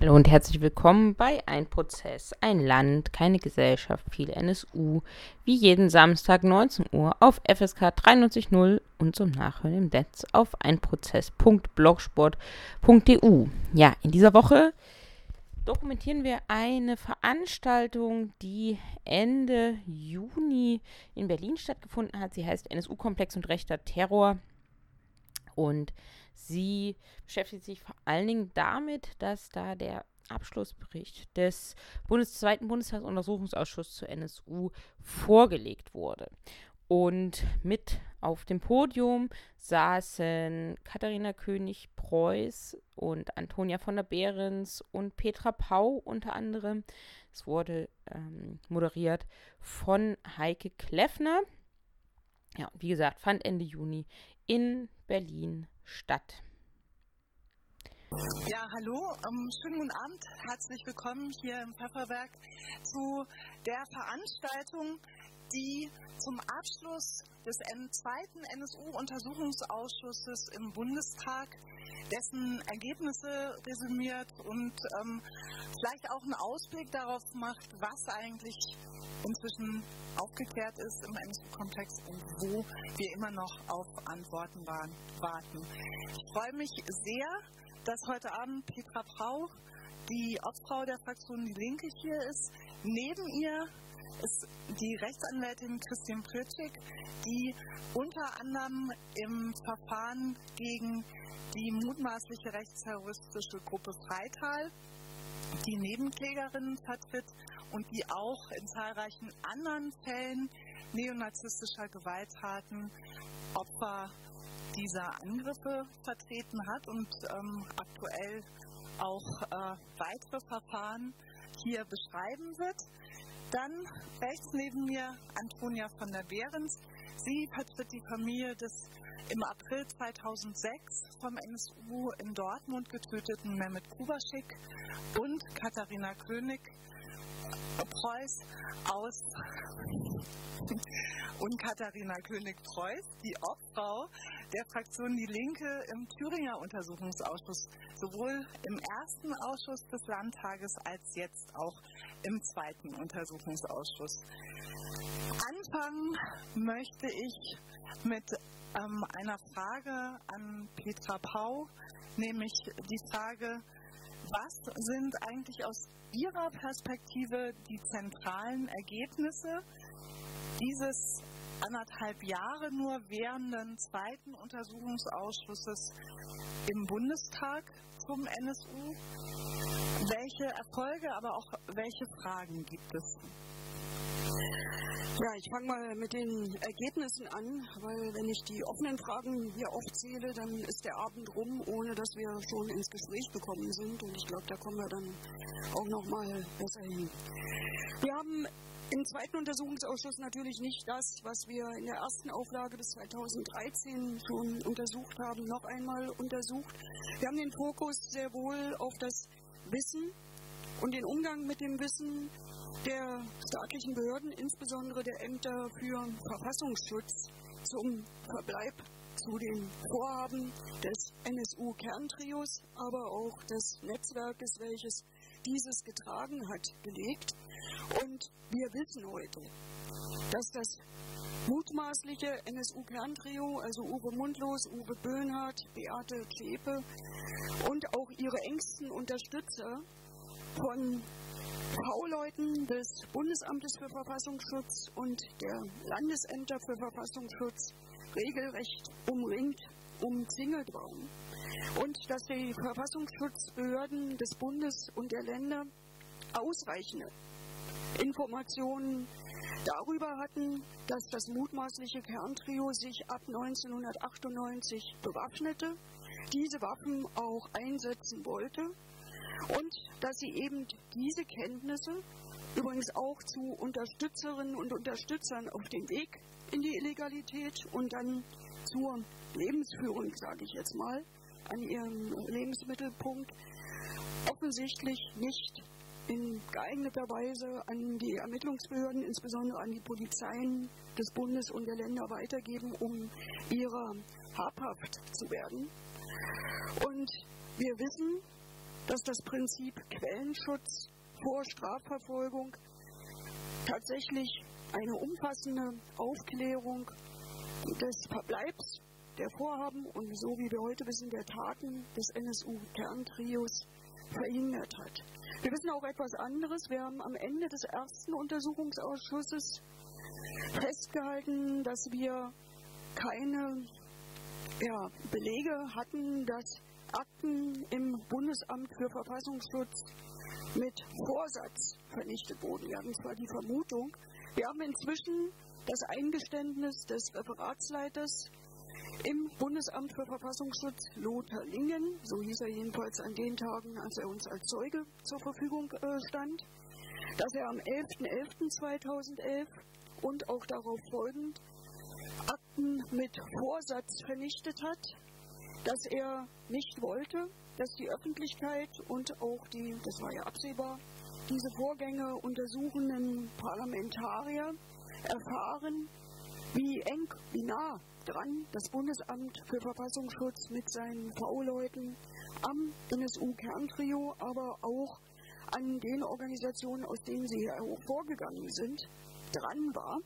Hallo und herzlich willkommen bei Ein Prozess, ein Land, keine Gesellschaft, viel NSU, wie jeden Samstag 19 Uhr auf FSK 93.0 und zum Nachhören im Netz auf einprozess.blogsport.eu. Ja, in dieser Woche dokumentieren wir eine Veranstaltung, die Ende Juni in Berlin stattgefunden hat. Sie heißt NSU-Komplex und rechter Terror. Und sie beschäftigt sich vor allen Dingen damit, dass da der Abschlussbericht des zweiten Bundestagsuntersuchungsausschusses zur NSU vorgelegt wurde. Und mit auf dem Podium saßen Katharina König-Preuß und Antonia von der Behrens und Petra Pau unter anderem. Es wurde moderiert von Heike Kleffner. Ja, und wie gesagt, fand Ende Juni in Berlin statt. Ja, hallo, schönen guten Abend, herzlich willkommen hier im Pfefferberg zu der Veranstaltung, die zum Abschluss des zweiten NSU-Untersuchungsausschusses im Bundestag, dessen Ergebnisse resümiert und vielleicht auch einen Ausblick darauf macht, was eigentlich inzwischen aufgeklärt ist im NSU-Komplex und wo wir immer noch auf Antworten warten. Ich freue mich sehr, dass heute Abend Petra Pau, die Obfrau der Fraktion Die Linke, hier ist. Neben ihr ist die Rechtsanwältin Christine Pritschik, die unter anderem im Verfahren gegen die mutmaßliche rechtsterroristische Gruppe Freital die Nebenklägerinnen vertritt und die auch in zahlreichen anderen Fällen neonazistischer Gewalttaten Opfer dieser Angriffe vertreten hat und aktuell auch weitere Verfahren hier beschreiben wird. Dann rechts neben mir Antonia von der Behrens. Sie vertritt die Familie des im April 2006 vom NSU in Dortmund getöteten Mehmet Kubaschik und Katharina König-Preuß die Obfrau der Fraktion Die Linke im Thüringer Untersuchungsausschuss, sowohl im ersten Ausschuss des Landtages als jetzt auch im zweiten Untersuchungsausschuss. Anfangen möchte ich mit einer Frage an Petra Pau, nämlich die Frage: Was sind eigentlich aus Ihrer Perspektive die zentralen Ergebnisse dieses 1,5 Jahre nur währenden zweiten Untersuchungsausschusses im Bundestag zum NSU? Welche Erfolge, aber auch welche Fragen gibt es? Ja, ich fange mal mit den Ergebnissen an, weil wenn ich die offenen Fragen hier aufzähle, dann ist der Abend rum, ohne dass wir schon ins Gespräch gekommen sind. Und ich glaube, da kommen wir dann auch noch mal besser hin. Wir haben im zweiten Untersuchungsausschuss natürlich nicht das, was wir in der ersten Auflage des 2013 schon untersucht haben, noch einmal untersucht. Wir haben den Fokus sehr wohl auf das Wissen und den Umgang mit dem Wissen der staatlichen Behörden, insbesondere der Ämter für Verfassungsschutz, zum Verbleib zu den Vorhaben des NSU-Kerntrios, aber auch des Netzwerkes, welches dieses getragen hat, gelegt. Und wir wissen heute, dass das mutmaßliche NSU-Kerntrio, also Uwe Mundlos, Uwe Böhnhardt, Beate Zschäpe und auch ihre engsten Unterstützer von V-Leuten des Bundesamtes für Verfassungsschutz und der Landesämter für Verfassungsschutz regelrecht umzingelt waren. Und dass die Verfassungsschutzbehörden des Bundes und der Länder ausreichende Informationen darüber hatten, dass das mutmaßliche Kerntrio sich ab 1998 bewaffnete, diese Waffen auch einsetzen wollte und dass sie eben diese Kenntnisse übrigens auch zu Unterstützerinnen und Unterstützern auf dem Weg in die Illegalität und dann zur Lebensführung, sage ich jetzt mal, an ihrem Lebensmittelpunkt offensichtlich nicht in geeigneter Weise an die Ermittlungsbehörden, insbesondere an die Polizeien des Bundes und der Länder weitergeben, um ihrer habhaft zu werden. Und wir wissen, dass das Prinzip Quellenschutz vor Strafverfolgung tatsächlich eine umfassende Aufklärung des Verbleibs der Vorhaben und so wie wir heute wissen, der Taten des NSU-Kerntrios verhindert hat. Wir wissen auch etwas anderes. Wir haben am Ende des ersten Untersuchungsausschusses festgehalten, dass wir keine Belege hatten, dass Akten im Bundesamt für Verfassungsschutz mit Vorsatz vernichtet wurden. Wir haben zwar die Vermutung, wir haben inzwischen das Eingeständnis des Referatsleiters im Bundesamt für Verfassungsschutz, Lothar Lingen, so hieß er jedenfalls an den Tagen, als er uns als Zeuge zur Verfügung stand, dass er am 11.11.2011 und auch darauf folgend Akten mit Vorsatz vernichtet hat, dass er nicht wollte, dass die Öffentlichkeit und auch das war ja absehbar, diese Vorgänge untersuchenden Parlamentarier erfahren, wie eng, wie nah dran das Bundesamt für Verfassungsschutz mit seinen V-Leuten am NSU-Kerntrio, aber auch an den Organisationen, aus denen sie hervorgegangen sind, dran war.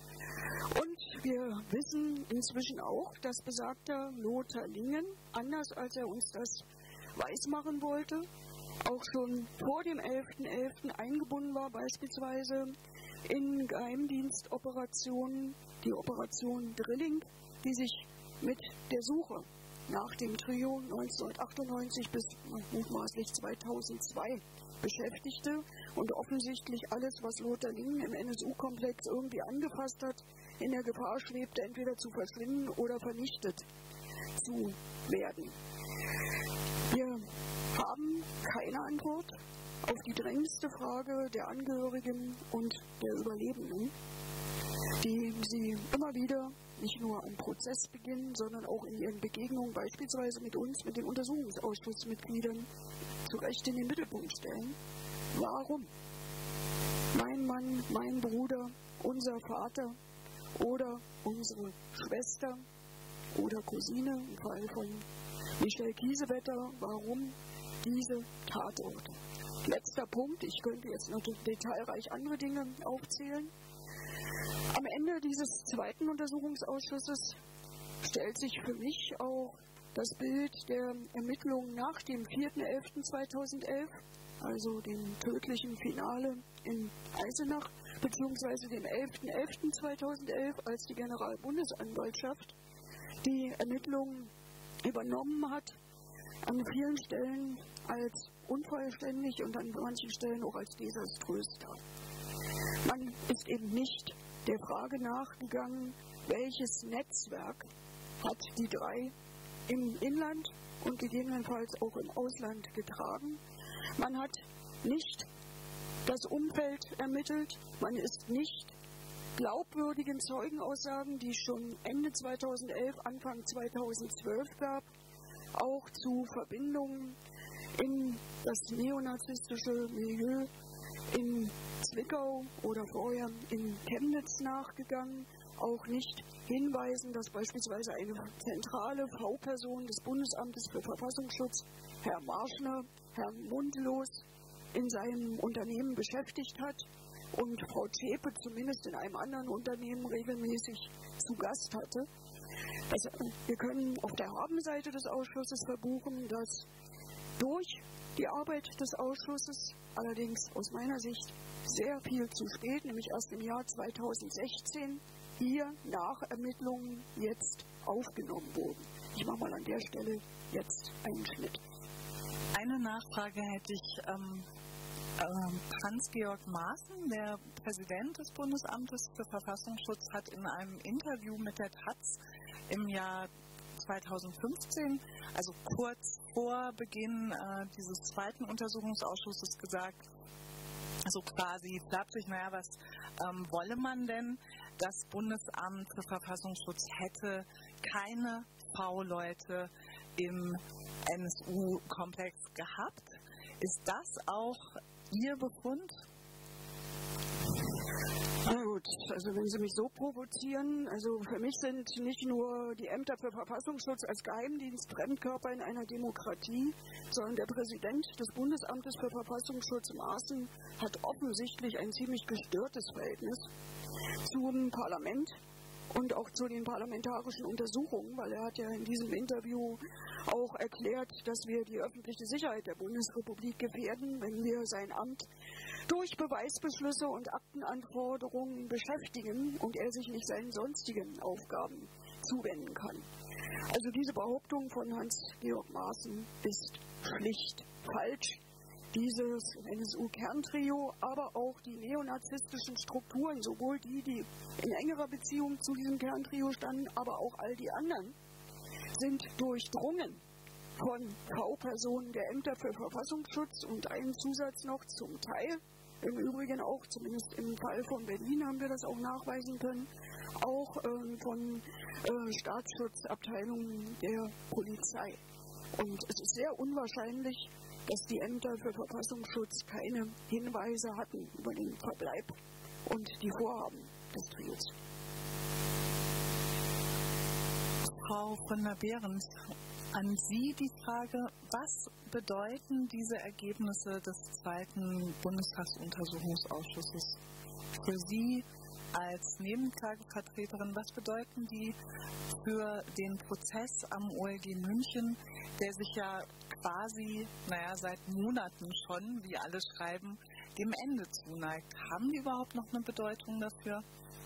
Und wir wissen inzwischen auch, dass besagter Lothar Lingen, anders als er uns das weismachen wollte, auch schon vor dem 11.11. eingebunden war, beispielsweise in Geheimdienstoperationen, die Operation Drilling, die sich mit der Suche nach dem Trio 1998 bis mutmaßlich 2002 beschäftigte und offensichtlich alles, was Lothar Lingen im NSU-Komplex irgendwie angefasst hat, in der Gefahr schwebte, entweder zu verschwinden oder vernichtet zu werden. Wir haben keine Antwort auf die drängendste Frage der Angehörigen und der Überlebenden, die sie immer wieder nicht nur am Prozessbeginn, sondern auch in ihren Begegnungen beispielsweise mit uns, mit den Untersuchungsausschussmitgliedern, zu Recht in den Mittelpunkt stellen. Warum? Mein Mann, mein Bruder, unser Vater oder unsere Schwester oder Cousine, im Fall von Michel Kiesewetter, warum diese Tatorte? Letzter Punkt, ich könnte jetzt noch detailreich andere Dinge aufzählen. Am Ende dieses zweiten Untersuchungsausschusses stellt sich für mich auch das Bild der Ermittlungen nach dem 4.11.2011, also dem tödlichen Finale in Eisenach, beziehungsweise dem 11.11.2011, als die Generalbundesanwaltschaft die Ermittlungen übernommen hat, an vielen Stellen als unvollständig und an manchen Stellen auch als desaströs dar. Man ist eben nicht der Frage nachgegangen, welches Netzwerk hat die drei im Inland und gegebenenfalls auch im Ausland getragen. Man hat nicht das Umfeld ermittelt, man ist nicht glaubwürdigen Zeugenaussagen, die es schon Ende 2011, Anfang 2012 gab, auch zu Verbindungen in das neonazistische Milieu in Zwickau oder vorher in Chemnitz nachgegangen, auch nicht hinweisen, dass beispielsweise eine zentrale V-Person des Bundesamtes für Verfassungsschutz, Herr Marschner, Herrn Mundlos, in seinem Unternehmen beschäftigt hat und Frau Zschäpe zumindest in einem anderen Unternehmen regelmäßig zu Gast hatte. Wir können auf der Habenseite des Ausschusses verbuchen, dass durch die Arbeit des Ausschusses, allerdings aus meiner Sicht sehr viel zu spät, nämlich erst im Jahr 2016, hier Nachermittlungen jetzt aufgenommen wurden. Ich mache mal an der Stelle jetzt einen Schnitt. Eine Nachfrage hätte ich. Hans-Georg Maaßen, der Präsident des Bundesamtes für Verfassungsschutz, hat in einem Interview mit der taz im Jahr 2015, also kurz vor Beginn dieses zweiten Untersuchungsausschusses, gesagt, so quasi flapsig, naja, was wolle man denn? Das Bundesamt für Verfassungsschutz hätte keine V-Leute im NSU-Komplex gehabt. Ist das auch Ihr Befund? Na gut, also wenn Sie mich so provozieren, also für mich sind nicht nur die Ämter für Verfassungsschutz als Geheimdienst Fremdkörper in einer Demokratie, sondern der Präsident des Bundesamtes für Verfassungsschutz Maaßen hat offensichtlich ein ziemlich gestörtes Verhältnis zum Parlament und auch zu den parlamentarischen Untersuchungen, weil er hat ja in diesem Interview auch erklärt, dass wir die öffentliche Sicherheit der Bundesrepublik gefährden, wenn wir sein Amt durch Beweisbeschlüsse und Aktenanforderungen beschäftigen und er sich nicht seinen sonstigen Aufgaben zuwenden kann. Also diese Behauptung von Hans-Georg Maaßen ist schlicht falsch. Dieses NSU-Kerntrio, aber auch die neonazistischen Strukturen, sowohl die, die in engerer Beziehung zu diesem Kerntrio standen, aber auch all die anderen, sind durchdrungen von V-Personen der Ämter für Verfassungsschutz und einen Zusatz noch zum Teil, im Übrigen auch, zumindest im Fall von Berlin haben wir das auch nachweisen können, auch von Staatsschutzabteilungen der Polizei. Und es ist sehr unwahrscheinlich, dass die Ämter für Verfassungsschutz keine Hinweise hatten über den Verbleib und die Vorhaben des Trios. Frau von der Behrens, an Sie die Frage, was bedeuten diese Ergebnisse des zweiten Bundestagsuntersuchungsausschusses für Sie als Nebenklagevertreterin? Was bedeuten die für den Prozess am OLG München, der sich ja quasi, seit Monaten schon, wie alle schreiben, dem Ende zuneigt? Haben die überhaupt noch eine Bedeutung dafür?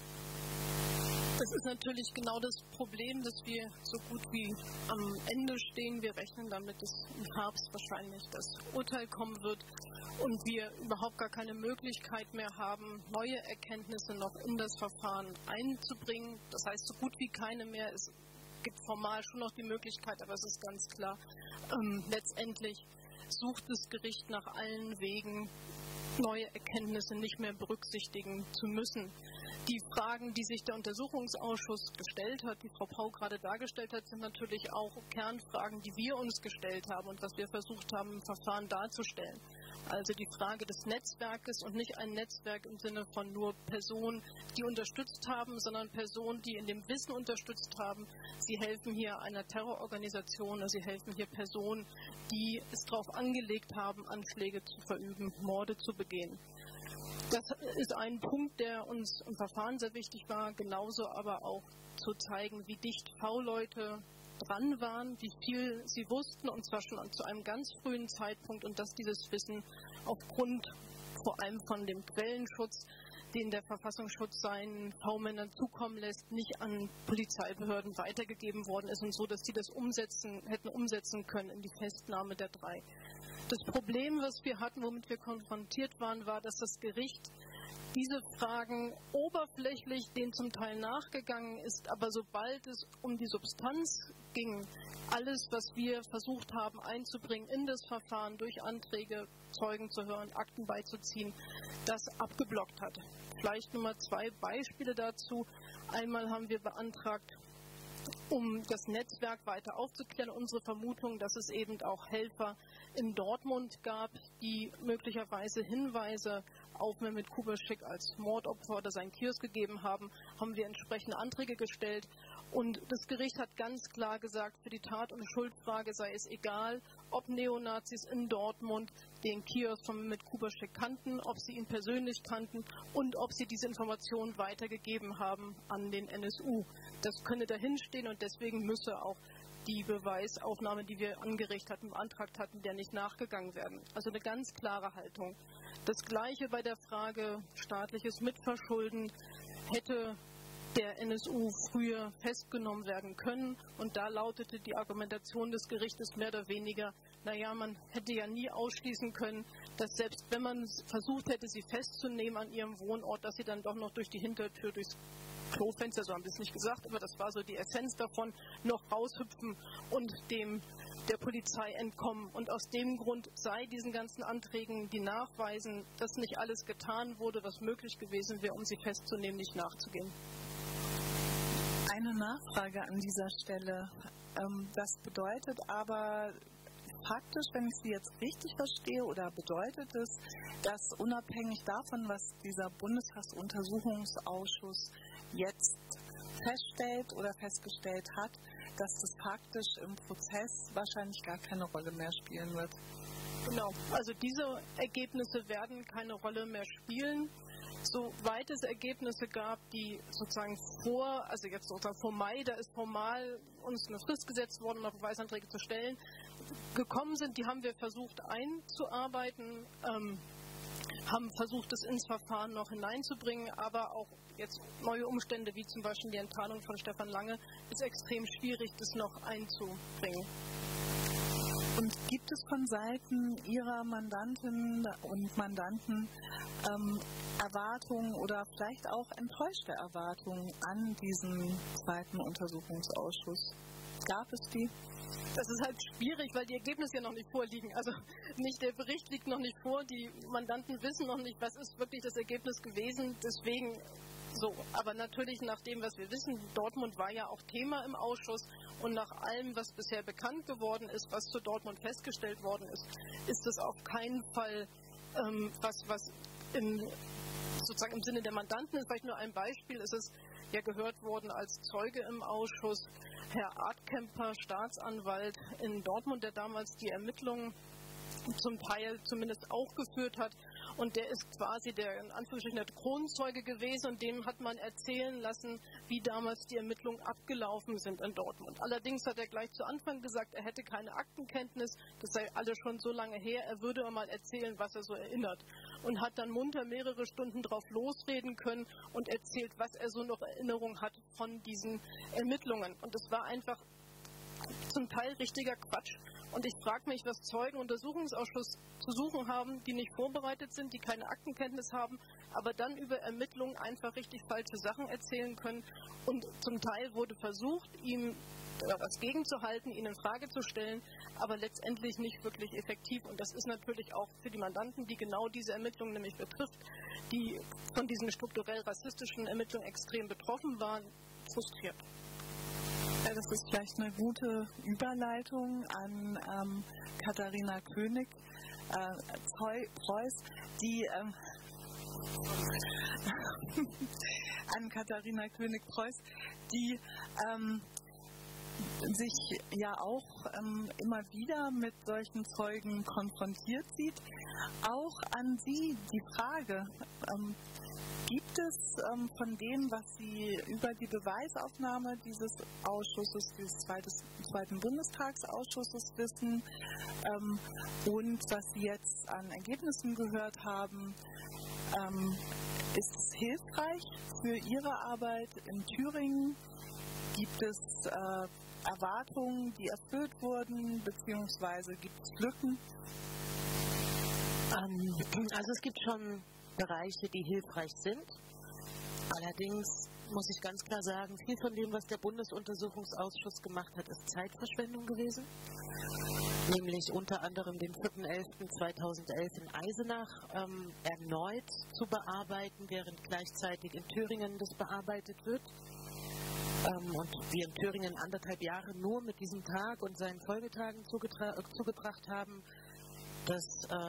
Das ist natürlich genau das Problem, dass wir so gut wie am Ende stehen. Wir rechnen damit, dass im Herbst wahrscheinlich das Urteil kommen wird und wir überhaupt gar keine Möglichkeit mehr haben, neue Erkenntnisse noch in das Verfahren einzubringen. Das heißt, so gut wie keine mehr. Es gibt formal schon noch die Möglichkeit, aber es ist ganz klar, letztendlich sucht das Gericht nach allen Wegen, neue Erkenntnisse nicht mehr berücksichtigen zu müssen. Die Fragen, die sich der Untersuchungsausschuss gestellt hat, die Frau Pau gerade dargestellt hat, sind natürlich auch Kernfragen, die wir uns gestellt haben und was wir versucht haben, im Verfahren darzustellen. Also die Frage des Netzwerkes und nicht ein Netzwerk im Sinne von nur Personen, die unterstützt haben, sondern Personen, die in dem Wissen unterstützt haben. Sie helfen hier einer Terrororganisation, also sie helfen hier Personen, die es darauf angelegt haben, Anschläge zu verüben, Morde zu begehen. Das ist ein Punkt, der uns im Verfahren sehr wichtig war, genauso aber auch zu zeigen, wie dicht V-Leute dran waren, wie viel sie wussten, und zwar schon zu einem ganz frühen Zeitpunkt, und dass dieses Wissen aufgrund vor allem von dem Quellenschutz, den der Verfassungsschutz seinen V-Männern zukommen lässt, nicht an Polizeibehörden weitergegeben worden ist und so, dass sie das hätten umsetzen können in die Festnahme der 3. Das Problem, was wir hatten, womit wir konfrontiert waren, war, dass das Gericht diese Fragen oberflächlich denen zum Teil nachgegangen ist, aber sobald es um die Substanz ging, alles, was wir versucht haben einzubringen in das Verfahren, durch Anträge, Zeugen zu hören, Akten beizuziehen, das abgeblockt hat. Vielleicht nur mal 2 Beispiele dazu. Einmal haben wir beantragt, um das Netzwerk weiter aufzuklären, unsere Vermutung, dass es eben auch Helfer in Dortmund gab, die möglicherweise Hinweise auf Mehmet Kubaschik als Mordopfer oder seinen Kiosk gegeben haben, haben wir entsprechende Anträge gestellt. Und das Gericht hat ganz klar gesagt, für die Tat- und Schuldfrage sei es egal, ob Neonazis in Dortmund den Kiosk von Mehmet Kubaschik kannten, ob sie ihn persönlich kannten und ob sie diese Informationen weitergegeben haben an den NSU. Das könne dahinstehen und deswegen müsse auch die Beweisaufnahme, die wir angeregt hatten, beantragt hatten, der nicht nachgegangen werden. Also eine ganz klare Haltung. Das Gleiche bei der Frage staatliches Mitverschulden. Hätte der NSU früher festgenommen werden können, und da lautete die Argumentation des Gerichtes mehr oder weniger, man hätte ja nie ausschließen können, dass selbst wenn man versucht hätte, sie festzunehmen an ihrem Wohnort, dass sie dann doch noch durch die Hintertür, durchs Klofenster, so haben wir es nicht gesagt, aber das war so die Essenz davon, noch raushüpfen und der Polizei entkommen. Und aus dem Grund sei diesen ganzen Anträgen, die nachweisen, dass nicht alles getan wurde, was möglich gewesen wäre, um sie festzunehmen, nicht nachzugehen. Eine Nachfrage an dieser Stelle. Das bedeutet aber praktisch, wenn ich Sie jetzt richtig verstehe, oder bedeutet es, dass unabhängig davon, was dieser Bundestagsuntersuchungsausschuss jetzt feststellt oder festgestellt hat, dass das praktisch im Prozess wahrscheinlich gar keine Rolle mehr spielen wird? Genau, also diese Ergebnisse werden keine Rolle mehr spielen. Soweit es Ergebnisse gab, die sozusagen vor Mai, da ist formal uns eine Frist gesetzt worden, um Beweisanträge zu stellen, gekommen sind, die haben wir versucht einzuarbeiten, haben versucht, es ins Verfahren noch hineinzubringen, aber auch jetzt neue Umstände, wie zum Beispiel die Enttarnung von Stefan Lange, ist extrem schwierig, das noch einzubringen. Und gibt es von Seiten Ihrer Mandantinnen und Mandanten Erwartungen oder vielleicht auch enttäuschte Erwartungen an diesen zweiten Untersuchungsausschuss? Gab es die? Das ist halt schwierig, weil die Ergebnisse ja noch nicht vorliegen. Also nicht der Bericht liegt noch nicht vor, die Mandanten wissen noch nicht, was ist wirklich das Ergebnis gewesen. Deswegen aber natürlich nach dem, was wir wissen, Dortmund war ja auch Thema im Ausschuss und nach allem, was bisher bekannt geworden ist, was zu Dortmund festgestellt worden ist, ist es auf keinen Fall was sozusagen im Sinne der Mandanten ist. Vielleicht nur ein Beispiel, ist es ja gehört worden als Zeuge im Ausschuss Herr Artkemper, Staatsanwalt in Dortmund, der damals die Ermittlungen zum Teil zumindest auch geführt hat. Und der ist quasi der, in Anführungsstrichen, der Kronzeuge gewesen und dem hat man erzählen lassen, wie damals die Ermittlungen abgelaufen sind in Dortmund. Allerdings hat er gleich zu Anfang gesagt, er hätte keine Aktenkenntnis, das sei alles schon so lange her, er würde mal erzählen, was er so erinnert. Und hat dann munter mehrere Stunden drauf losreden können und erzählt, was er so noch Erinnerung hat von diesen Ermittlungen. Und es war einfach zum Teil richtiger Quatsch. Und ich frage mich, was Zeugen im Untersuchungsausschuss zu suchen haben, die nicht vorbereitet sind, die keine Aktenkenntnis haben, aber dann über Ermittlungen einfach richtig falsche Sachen erzählen können. Und zum Teil wurde versucht, ihm was gegenzuhalten, ihn in Frage zu stellen, aber letztendlich nicht wirklich effektiv. Und das ist natürlich auch für die Mandanten, die genau diese Ermittlungen nämlich betrifft, die von diesen strukturell rassistischen Ermittlungen extrem betroffen waren, frustriert. Das ist vielleicht eine gute Überleitung an Katharina König, Preuß, die an Katharina König-Preuß, die sich ja auch immer wieder mit solchen Zeugen konfrontiert sieht. Auch an Sie die Frage, gibt es von dem, was Sie über die Beweisaufnahme dieses Ausschusses, dieses zweiten Bundestagsausschusses wissen und was Sie jetzt an Ergebnissen gehört haben, ist es hilfreich für Ihre Arbeit in Thüringen? Gibt es Erwartungen, die erfüllt wurden, beziehungsweise gibt es Lücken? Also es gibt schon Bereiche, die hilfreich sind. Allerdings muss ich ganz klar sagen, viel von dem, was der Bundesuntersuchungsausschuss gemacht hat, ist Zeitverschwendung gewesen. Nämlich unter anderem den 4.11.2011 in Eisenach erneut zu bearbeiten, während gleichzeitig in Thüringen das bearbeitet wird. Und wir in Thüringen 1,5 Jahre nur mit diesem Tag und seinen Folgetagen zugebracht haben. Das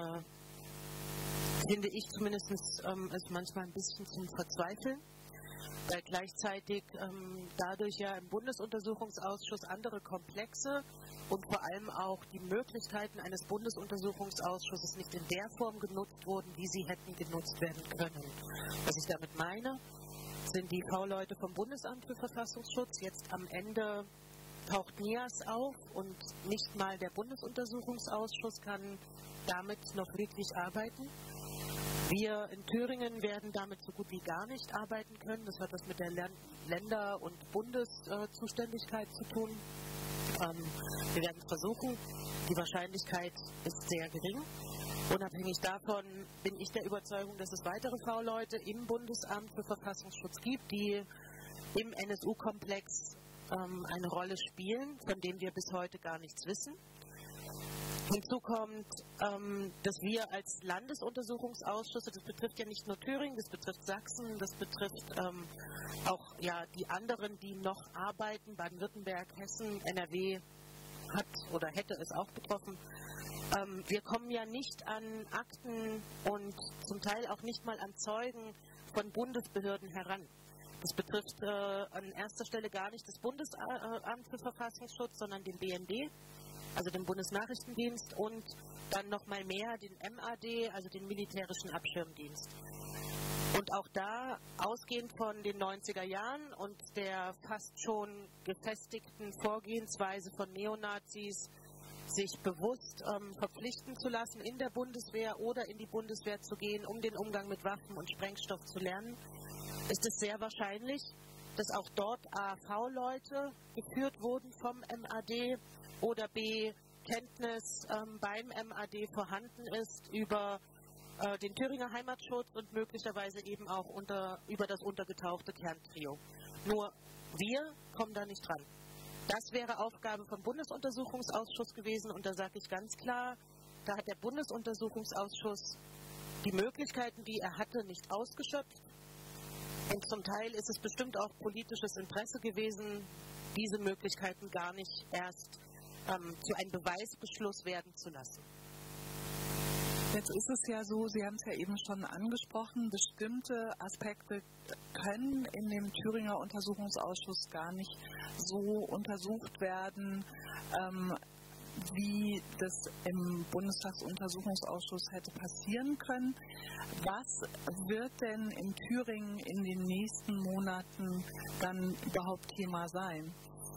finde ich zumindest ist manchmal ein bisschen zum Verzweifeln, weil gleichzeitig dadurch ja im Bundesuntersuchungsausschuss andere Komplexe und vor allem auch die Möglichkeiten eines Bundesuntersuchungsausschusses nicht in der Form genutzt wurden, wie sie hätten genutzt werden können. Was ich damit meine, sind die V-Leute vom Bundesamt für Verfassungsschutz. Jetzt am Ende taucht NIAS auf und nicht mal der Bundesuntersuchungsausschuss kann damit noch wirklich arbeiten. Wir in Thüringen werden damit so gut wie gar nicht arbeiten können. Das hat was mit der Länder- und Bundeszuständigkeit zu tun. Wir werden es versuchen. Die Wahrscheinlichkeit ist sehr gering. Unabhängig davon bin ich der Überzeugung, dass es weitere V-Leute im Bundesamt für Verfassungsschutz gibt, die im NSU-Komplex eine Rolle spielen, von dem wir bis heute gar nichts wissen. Hinzu kommt, dass wir als Landesuntersuchungsausschuss, das betrifft ja nicht nur Thüringen, das betrifft Sachsen, das betrifft auch ja, die anderen, die noch arbeiten, Baden-Württemberg, Hessen, NRW, hat oder hätte es auch betroffen. Wir kommen ja nicht an Akten und zum Teil auch nicht mal an Zeugen von Bundesbehörden heran. Das betrifft an erster Stelle gar nicht das Bundesamt für Verfassungsschutz, sondern den BND, also den Bundesnachrichtendienst, und dann nochmal mehr den MAD, also den Militärischen Abschirmdienst. Und auch da, ausgehend von den 90er Jahren und der fast schon gefestigten Vorgehensweise von Neonazis, sich bewusst verpflichten zu lassen, in der Bundeswehr oder in die Bundeswehr zu gehen, um den Umgang mit Waffen und Sprengstoff zu lernen, ist es sehr wahrscheinlich, dass auch dort AV-Leute geführt wurden vom MAD oder B, Kenntnis beim MAD vorhanden ist über den Thüringer Heimatschutz und möglicherweise eben auch über das untergetauchte Kerntrio. Nur wir kommen da nicht dran. Das wäre Aufgabe vom Bundesuntersuchungsausschuss gewesen, und da sage ich ganz klar, da hat der Bundesuntersuchungsausschuss die Möglichkeiten, die er hatte, nicht ausgeschöpft. Und zum Teil ist es bestimmt auch politisches Interesse gewesen, diese Möglichkeiten gar nicht erst zu einem Beweisbeschluss werden zu lassen. Jetzt ist es ja so, Sie haben es ja eben schon angesprochen, bestimmte Aspekte können in dem Thüringer Untersuchungsausschuss gar nicht so untersucht werden, wie das im Bundestagsuntersuchungsausschuss hätte passieren können. Was wird denn in Thüringen in den nächsten Monaten dann überhaupt Thema sein?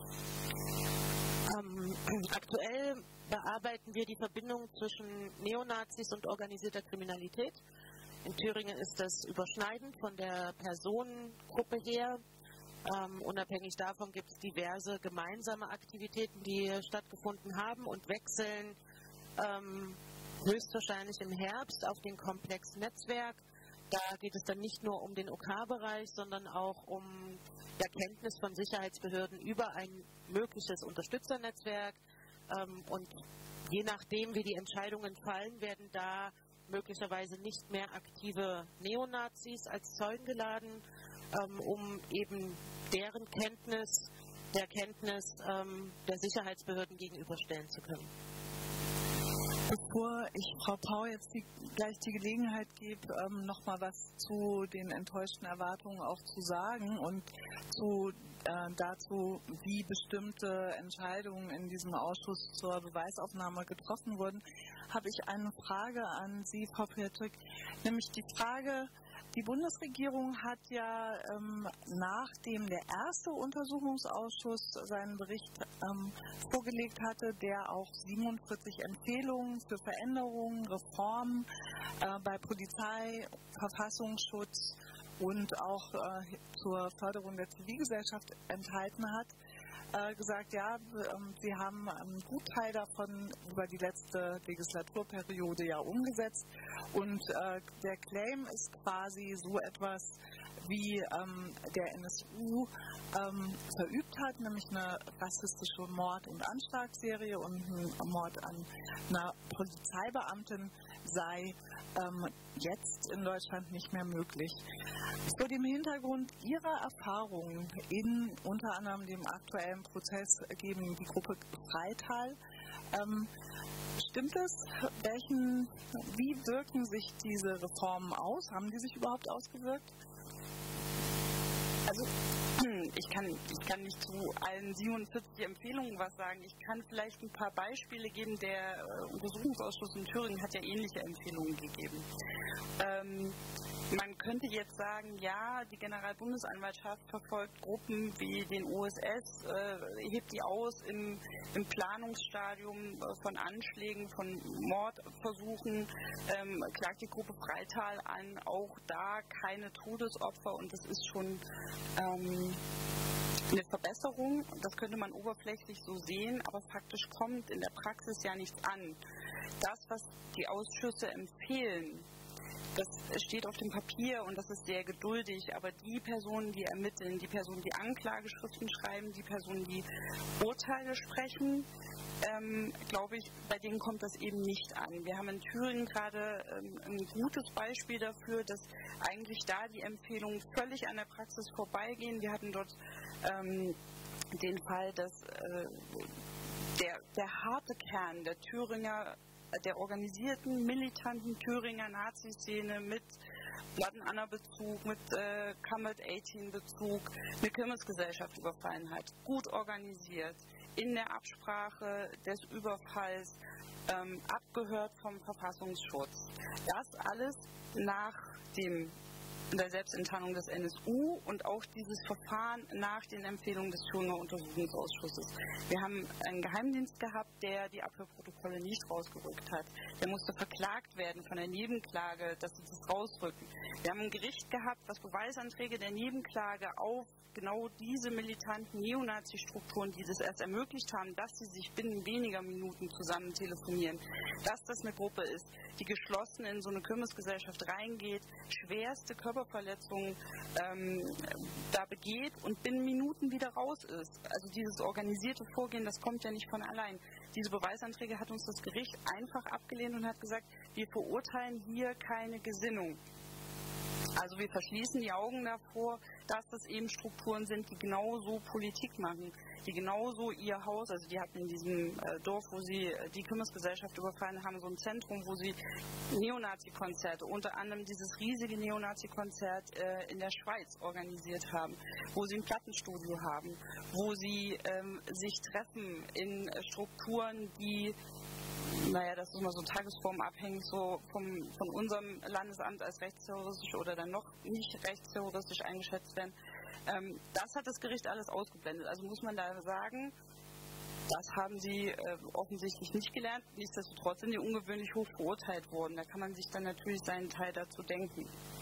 Aktuell bearbeiten wir die Verbindung zwischen Neonazis und organisierter Kriminalität. In Thüringen ist das überschneidend von der Personengruppe her. Unabhängig davon gibt es diverse gemeinsame Aktivitäten, die stattgefunden haben und wechseln höchstwahrscheinlich im Herbst auf den Komplex Netzwerk. Da geht es dann nicht nur um den OK-Bereich, sondern auch um die Erkenntnis von Sicherheitsbehörden über ein mögliches Unterstützernetzwerk. Und je nachdem, wie die Entscheidungen fallen, werden da möglicherweise nicht mehr aktive Neonazis als Zeugen geladen, um eben deren Kenntnis der Kenntnis der Sicherheitsbehörden gegenüberstellen zu können. Bevor ich Frau Pau jetzt gleich die Gelegenheit gebe, noch mal was zu den enttäuschten Erwartungen auch zu sagen und dazu, wie bestimmte Entscheidungen in diesem Ausschuss zur Beweisaufnahme getroffen wurden, habe ich eine Frage an Sie, Frau Pietrzyk, nämlich die Frage: Die Bundesregierung hat ja, nachdem der erste Untersuchungsausschuss seinen Bericht vorgelegt hatte, der auch 47 Empfehlungen für Veränderungen, Reformen bei Polizei, Verfassungsschutz und auch zur Förderung der Zivilgesellschaft enthalten hat, gesagt, ja, wir haben einen Gutteil davon über die letzte Legislaturperiode ja umgesetzt, und der Claim ist quasi so etwas, wie der NSU verübt hat, nämlich eine rassistische Mord- und Anschlagsserie und ein Mord an einer Polizeibeamtin sei jetzt in Deutschland nicht mehr möglich. Vor dem Hintergrund Ihrer Erfahrungen in unter anderem dem aktuellen Prozess gegen die Gruppe Freital, stimmt es? Wie wirken sich diese Reformen aus? Haben die sich überhaupt ausgewirkt? Also ich kann nicht zu allen 47 Empfehlungen was sagen. Ich kann vielleicht ein paar Beispiele geben. Der Untersuchungsausschuss in Thüringen hat ja ähnliche Empfehlungen gegeben. Man könnte jetzt sagen, ja, die Generalbundesanwaltschaft verfolgt Gruppen wie den OSS, hebt die aus im Planungsstadium von Anschlägen, von Mordversuchen, klagt die Gruppe Freital an, auch da keine Todesopfer, und das ist schon eine Verbesserung. Das könnte man oberflächlich so sehen, aber faktisch kommt in der Praxis ja nichts an. Das, was die Ausschüsse empfehlen, das steht auf dem Papier und das ist sehr geduldig, aber die Personen, die ermitteln, die Personen, die Anklageschriften schreiben, die Personen, die Urteile sprechen, glaube ich, bei denen kommt das eben nicht an. Wir haben in Thüringen gerade ein gutes Beispiel dafür, dass eigentlich da die Empfehlungen völlig an der Praxis vorbeigehen. Wir hatten dort den Fall, dass der der harte Kern der Thüringer, der organisierten, militanten Thüringer Nazi-Szene mit Blood-and-Honor-Bezug, mit Combat 18-Bezug, eine Kirmesgesellschaft überfallen hat. Gut organisiert, in der Absprache des Überfalls, abgehört vom Verfassungsschutz. Das alles nach der Selbstenttarnung des NSU und auch dieses Verfahren nach den Empfehlungen des Thüringer Untersuchungsausschusses. Wir haben einen Geheimdienst gehabt, der die Abhörprotokolle nicht rausgerückt hat. Der musste verklagt werden von der Nebenklage, dass sie das rausrücken. Wir haben ein Gericht gehabt, was Beweisanträge der Nebenklage auf genau diese militanten Neonazi-Strukturen, die das erst ermöglicht haben, dass sie sich binnen weniger Minuten zusammen telefonieren, dass das eine Gruppe ist, die geschlossen in so eine Kirmesgesellschaft reingeht, schwerste Körperverletzungen da begeht und binnen Minuten wieder raus ist. Also dieses organisierte Vorgehen, das kommt ja nicht von allein. Diese Beweisanträge hat uns das Gericht einfach abgelehnt und hat gesagt, wir verurteilen hier keine Gesinnung. Also wir verschließen die Augen davor, dass das eben Strukturen sind, die genauso Politik machen, die genauso ihr Haus, also die hatten in diesem Dorf, wo sie die Kirmesgesellschaft überfallen haben, so ein Zentrum, wo sie Neonazi-Konzerte, unter anderem dieses riesige Neonazi-Konzert in der Schweiz organisiert haben, wo sie ein Plattenstudio haben, wo sie sich treffen in Strukturen, die das ist immer so tagesformabhängig, so von unserem Landesamt als rechtsterroristisch oder dann noch nicht rechtsterroristisch eingeschätzt werden. Das hat das Gericht alles ausgeblendet. Also muss man da sagen, das haben sie offensichtlich nicht gelernt. Nichtsdestotrotz sind die ungewöhnlich hoch verurteilt worden. Da kann man sich dann natürlich seinen Teil dazu denken.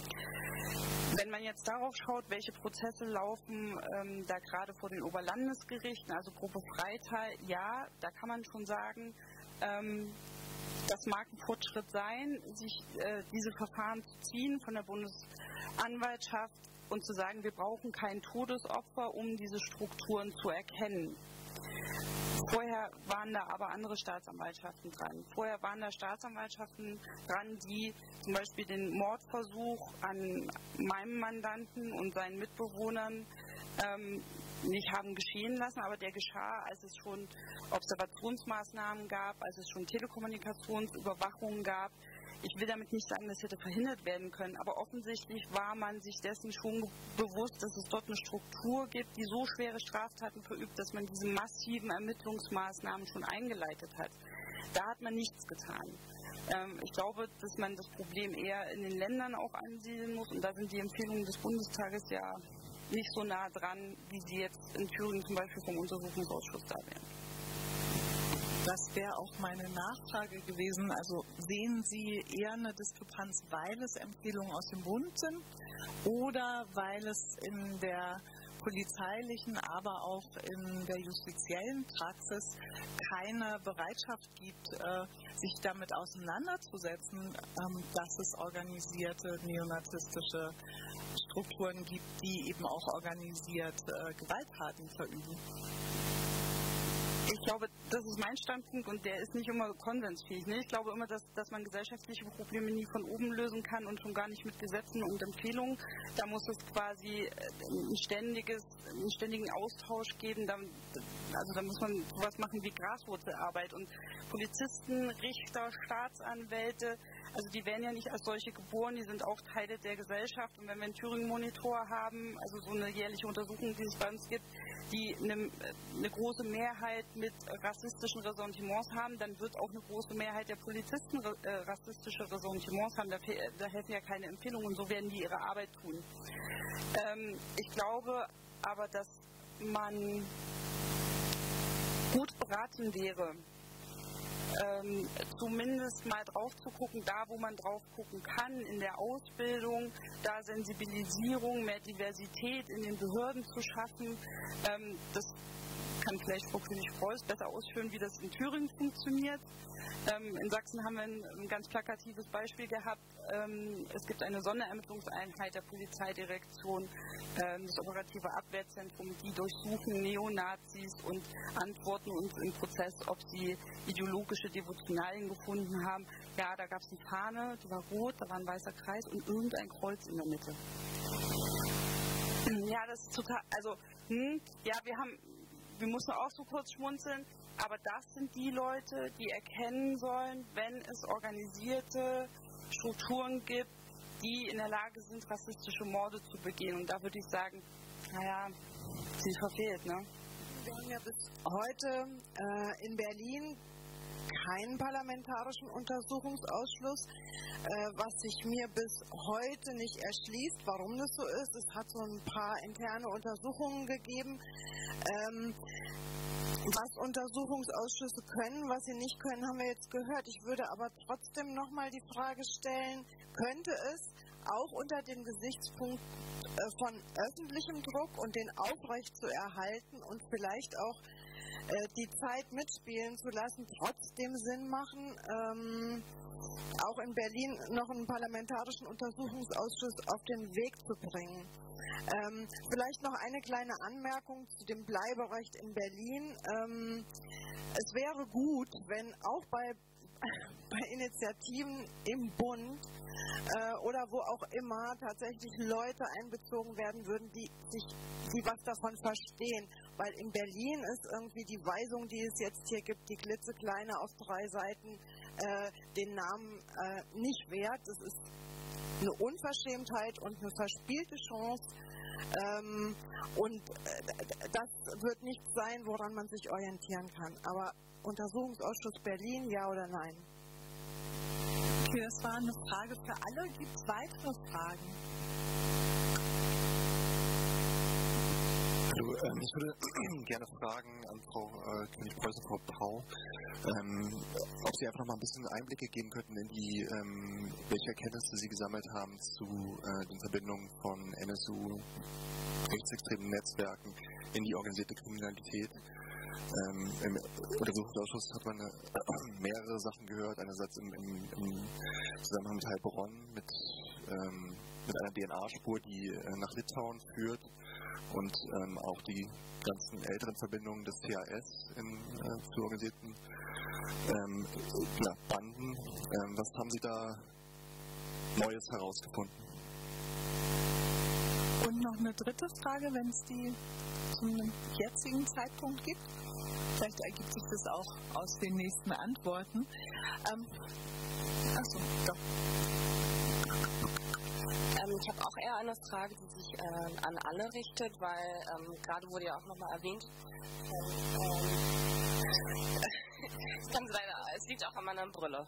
Wenn man jetzt darauf schaut, welche Prozesse laufen da gerade vor den Oberlandesgerichten, also Gruppe Freital, ja, da kann man schon sagen, das mag ein Fortschritt sein, sich diese Verfahren zu ziehen von der Bundesanwaltschaft und zu sagen, wir brauchen kein Todesopfer, um diese Strukturen zu erkennen. Vorher waren da aber andere Staatsanwaltschaften dran. Vorher waren da Staatsanwaltschaften dran, die zum Beispiel den Mordversuch an meinem Mandanten und seinen Mitbewohnern nicht haben geschehen lassen, aber der geschah, als es schon Observationsmaßnahmen gab, als es schon Telekommunikationsüberwachungen gab. Ich will damit nicht sagen, das hätte verhindert werden können, aber offensichtlich war man sich dessen schon bewusst, dass es dort eine Struktur gibt, die so schwere Straftaten verübt, dass man diese massiven Ermittlungsmaßnahmen schon eingeleitet hat. Da hat man nichts getan. Ich glaube, dass man das Problem eher in den Ländern auch ansiedeln muss und da sind die Empfehlungen des Bundestages ja nicht so nah dran, wie sie jetzt in Thüringen zum Beispiel vom Untersuchungsausschuss da wären. Das wäre auch meine Nachfrage gewesen. Also sehen Sie eher eine Diskrepanz, weil es Empfehlungen aus dem Bund sind oder weil es in der polizeilichen, aber auch in der justiziellen Praxis keine Bereitschaft gibt, sich damit auseinanderzusetzen, dass es organisierte neonazistische Strukturen gibt, die eben auch organisiert Gewalttaten verüben. Ich glaube, das ist mein Standpunkt und der ist nicht immer konsensfähig. Ne? Ich glaube immer, dass man gesellschaftliche Probleme nie von oben lösen kann und schon gar nicht mit Gesetzen und Empfehlungen. Da muss es quasi einen ständigen Austausch geben. Da muss man sowas machen wie Graswurzelarbeit. Und Polizisten, Richter, Staatsanwälte, also die werden ja nicht als solche geboren, die sind auch Teile der Gesellschaft. Und wenn wir einen Thüringen-Monitor haben, also so eine jährliche Untersuchung, die es bei uns gibt, die eine große Mehrheit mit rassistischen Ressentiments haben, dann wird auch eine große Mehrheit der Polizisten rassistische Ressentiments haben. Da helfen ja keine Empfehlungen und so werden die ihre Arbeit tun. Ich glaube aber, dass man gut beraten wäre, zumindest mal drauf zu gucken, da wo man drauf gucken kann, in der Ausbildung, da Sensibilisierung, mehr Diversität in den Behörden zu schaffen. Das kann vielleicht Frau König-Preuß besser ausführen, wie das in Thüringen funktioniert. In Sachsen haben wir ein ganz plakatives Beispiel gehabt. Es gibt eine Sonderermittlungseinheit der Polizeidirektion, das operative Abwehrzentrum, die durchsuchen Neonazis und antworten uns im Prozess, ob sie ideologische Devotionalien gefunden haben. Ja, da gab es eine Fahne, die war rot, da war ein weißer Kreis und irgendein Kreuz in der Mitte. Ja, das ist total, also, wir wir mussten auch so kurz schmunzeln, aber das sind die Leute, die erkennen sollen, wenn es organisierte Strukturen gibt, die in der Lage sind, rassistische Morde zu begehen. Und da würde ich sagen, naja, sie ist verfehlt, ne? Wir haben ja bis heute in Berlin keinen parlamentarischen Untersuchungsausschuss, was sich mir bis heute nicht erschließt, warum das so ist. Es hat so ein paar interne Untersuchungen gegeben. Was Untersuchungsausschüsse können, was sie nicht können, haben wir jetzt gehört. Ich würde aber trotzdem nochmal die Frage stellen, könnte es auch unter dem Gesichtspunkt von öffentlichem Druck und den aufrecht zu erhalten und vielleicht auch die Zeit mitspielen zu lassen, trotzdem Sinn machen, auch in Berlin noch einen parlamentarischen Untersuchungsausschuss auf den Weg zu bringen. Vielleicht noch eine kleine Anmerkung zu dem Bleiberecht in Berlin. Es wäre gut, wenn auch bei Initiativen im Bund oder wo auch immer tatsächlich Leute einbezogen werden würden, die was davon verstehen. Weil in Berlin ist irgendwie die Weisung, die es jetzt hier gibt, die klitzekleine auf 3 Seiten, den Namen nicht wert. Das ist eine Unverschämtheit und eine verspielte Chance. Und das wird nichts sein, woran man sich orientieren kann. Aber Untersuchungsausschuss Berlin, ja oder nein? Okay, das war eine Frage für alle. Gibt es weitere Fragen? Hallo, ich würde gerne fragen an Frau König-Preuß und Frau Pau, ob Sie einfach noch mal ein bisschen Einblicke geben könnten in die, welche Erkenntnisse Sie gesammelt haben zu den Verbindungen von NSU, rechtsextremen Netzwerken in die organisierte Kriminalität. Im Untersuchungsausschuss hat man mehrere Sachen gehört, einerseits im Zusammenhang mit Heilbronn, mit einer DNA-Spur, die nach Litauen führt, und auch die ganzen älteren Verbindungen des THS zu organisierten Banden. Was haben Sie da Neues herausgefunden? Und noch eine dritte Frage, wenn es die zum jetzigen Zeitpunkt gibt. Vielleicht ergibt sich das auch aus den nächsten Antworten. Achso, doch. Ich habe auch eher eine Frage, die sich an alle richtet, weil gerade wurde ja auch nochmal erwähnt, es liegt auch an meiner Brille.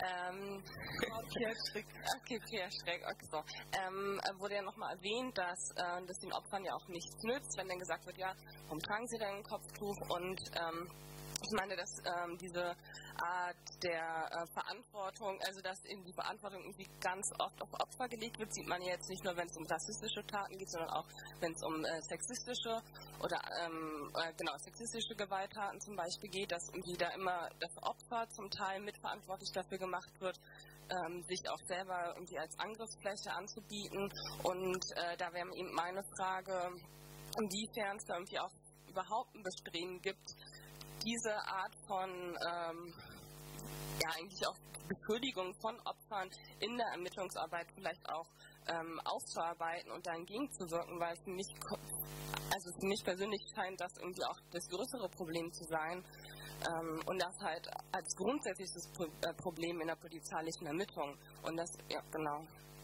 Pierre Streck, okay, so. Wurde ja nochmal erwähnt, dass den Opfern ja auch nichts nützt, wenn dann gesagt wird, ja, warum tragen sie denn ein Kopftuch? Und ich meine, dass diese Art der Verantwortung, also dass eben die Verantwortung irgendwie ganz oft auf Opfer gelegt wird, sieht man ja jetzt nicht nur, wenn es um rassistische Taten geht, sondern auch, wenn es um sexistische oder sexistische Gewalttaten zum Beispiel geht, dass irgendwie da immer das Opfer zum Teil mitverantwortlich dafür gemacht wird, sich auch selber irgendwie als Angriffsfläche anzubieten. Und da wäre eben meine Frage, inwiefern es da irgendwie auch überhaupt ein Bestreben gibt, diese Art von eigentlich auch Beschuldigung von Opfern in der Ermittlungsarbeit vielleicht auch aufzuarbeiten und da entgegenzuwirken, weil für mich persönlich scheint das irgendwie auch das größere Problem zu sein und das halt als grundsätzliches Problem in der polizeilichen Ermittlung. Und das, ja, genau.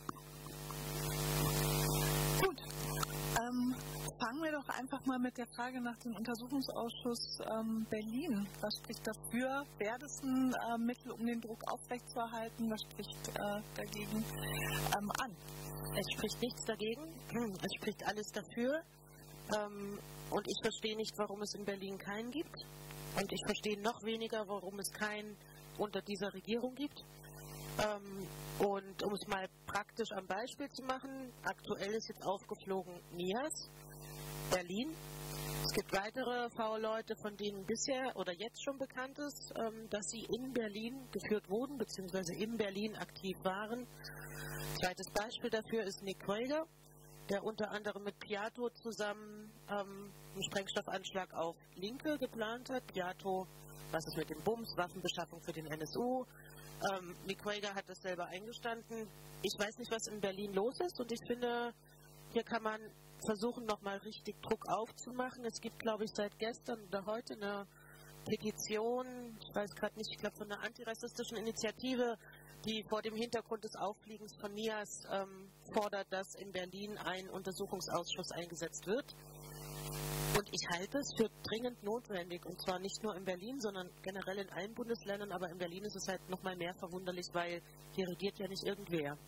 Gut. Fangen wir doch einfach mal mit der Frage nach dem Untersuchungsausschuss Berlin. Was spricht dafür? Wäre das ein Mittel, um den Druck aufrechtzuerhalten? Was spricht dagegen an? Es spricht nichts dagegen, es spricht alles dafür. Und ich verstehe nicht, warum es in Berlin keinen gibt. Und ich verstehe noch weniger, warum es keinen unter dieser Regierung gibt. Und um es mal praktisch am Beispiel zu machen, aktuell ist jetzt aufgeflogen NIAS, Berlin. Es gibt weitere V-Leute, von denen bisher oder jetzt schon bekannt ist, dass sie in Berlin geführt wurden, beziehungsweise in Berlin aktiv waren. Zweites Beispiel dafür ist Nick Quager, der unter anderem mit Piato zusammen einen Sprengstoffanschlag auf Linke geplant hat. Piato, was ist mit dem Bums, Waffenbeschaffung für den NSU. Nick Quager hat das selber eingestanden. Ich weiß nicht, was in Berlin los ist, und ich finde, hier kann man versuchen nochmal richtig Druck aufzumachen. Es gibt, glaube ich, seit gestern oder heute eine Petition, ich weiß gerade nicht, ich glaube von einer antirassistischen Initiative, die vor dem Hintergrund des Auffliegens von NIAS fordert, dass in Berlin ein Untersuchungsausschuss eingesetzt wird. Und ich halte es für dringend notwendig, und zwar nicht nur in Berlin, sondern generell in allen Bundesländern, aber in Berlin ist es halt nochmal mehr verwunderlich, weil hier regiert ja nicht irgendwer.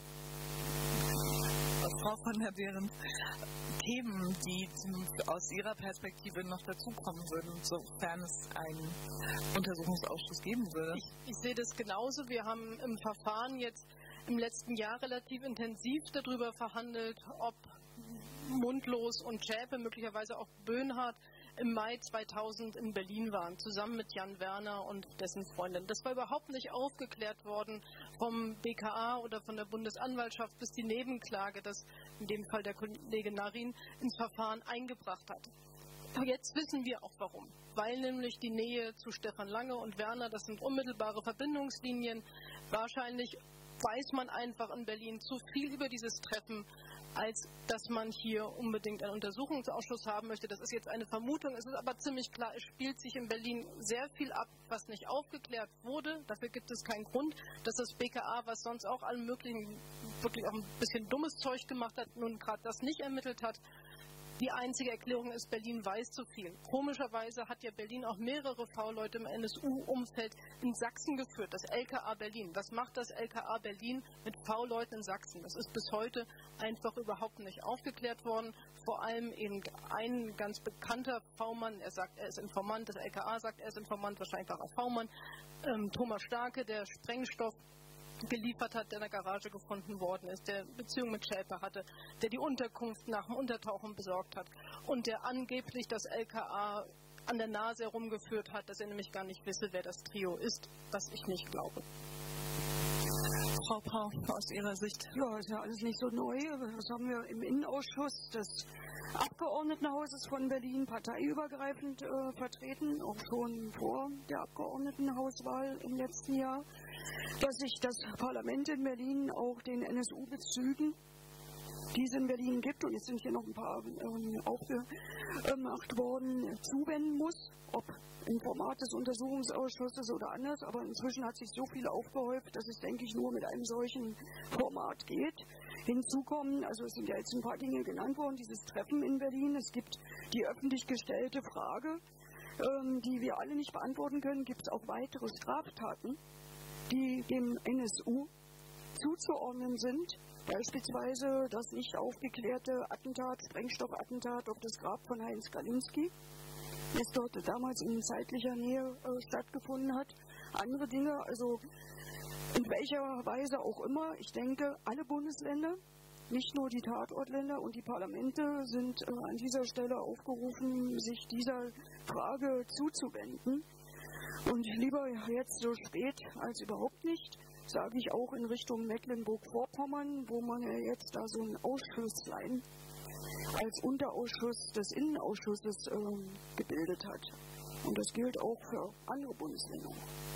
Frau von der Behrens, Themen, die aus Ihrer Perspektive noch dazukommen würden, sofern es einen Untersuchungsausschuss geben würde? Ich sehe das genauso. Wir haben im Verfahren jetzt im letzten Jahr relativ intensiv darüber verhandelt, ob Mundlos und Schäpe, möglicherweise auch Böhnhardt, im Mai 2000 in Berlin waren, zusammen mit Jan Werner und dessen Freundin. Das war überhaupt nicht aufgeklärt worden vom BKA oder von der Bundesanwaltschaft, bis die Nebenklage, das in dem Fall der Kollege Narin, ins Verfahren eingebracht hat. Jetzt wissen wir auch warum. Weil nämlich die Nähe zu Stefan Lange und Werner, das sind unmittelbare Verbindungslinien. Wahrscheinlich weiß man einfach in Berlin zu viel über dieses Treffen, als dass man hier unbedingt einen Untersuchungsausschuss haben möchte. Das ist jetzt eine Vermutung. Es ist aber ziemlich klar, es spielt sich in Berlin sehr viel ab, was nicht aufgeklärt wurde. Dafür gibt es keinen Grund, dass das BKA, was sonst auch allen möglichen, wirklich auch ein bisschen dummes Zeug gemacht hat, nun gerade das nicht ermittelt hat. Die einzige Erklärung ist, Berlin weiß zu viel. Komischerweise hat ja Berlin auch mehrere V-Leute im NSU-Umfeld in Sachsen geführt, das LKA Berlin. Was macht das LKA Berlin mit V-Leuten in Sachsen? Das ist bis heute einfach überhaupt nicht aufgeklärt worden. Vor allem eben ein ganz bekannter V-Mann, er sagt, er ist Informant, das LKA sagt, er ist Informant, wahrscheinlich auch V-Mann, Thomas Starke, der Sprengstoff geliefert hat, der in der Garage gefunden worden ist, der Beziehung mit Schäpe hatte, der die Unterkunft nach dem Untertauchen besorgt hat und der angeblich das LKA an der Nase herumgeführt hat, dass er nämlich gar nicht wisse, wer das Trio ist, was ich nicht glaube. Frau Pau, aus Ihrer Sicht? Ja, ist ja alles nicht so neu. Das haben wir im Innenausschuss des Abgeordnetenhauses von Berlin parteiübergreifend vertreten, auch schon vor der Abgeordnetenhauswahl im letzten Jahr, dass sich das Parlament in Berlin auch den NSU-Bezügen, die es in Berlin gibt, und es sind hier noch ein paar aufgemacht worden, zuwenden muss, ob im Format des Untersuchungsausschusses oder anders, aber inzwischen hat sich so viel aufgehäuft, dass es, denke ich, nur mit einem solchen Format geht. Hinzu kommen, also es sind ja jetzt ein paar Dinge genannt worden, dieses Treffen in Berlin, es gibt die öffentlich gestellte Frage, die wir alle nicht beantworten können, gibt es auch weitere Straftaten, die dem NSU zuzuordnen sind, beispielsweise das nicht aufgeklärte Attentat, Sprengstoffattentat auf das Grab von Heinz Galinski, das dort damals in zeitlicher Nähe stattgefunden hat. Andere Dinge, also in welcher Weise auch immer, ich denke, alle Bundesländer, nicht nur die Tatortländer und die Parlamente sind an dieser Stelle aufgerufen, sich dieser Frage zuzuwenden. Und lieber jetzt so spät als überhaupt nicht, sage ich auch in Richtung Mecklenburg-Vorpommern, wo man ja jetzt da so ein Ausschusslein als Unterausschuss des Innenausschusses gebildet hat. Und das gilt auch für andere Bundesländer.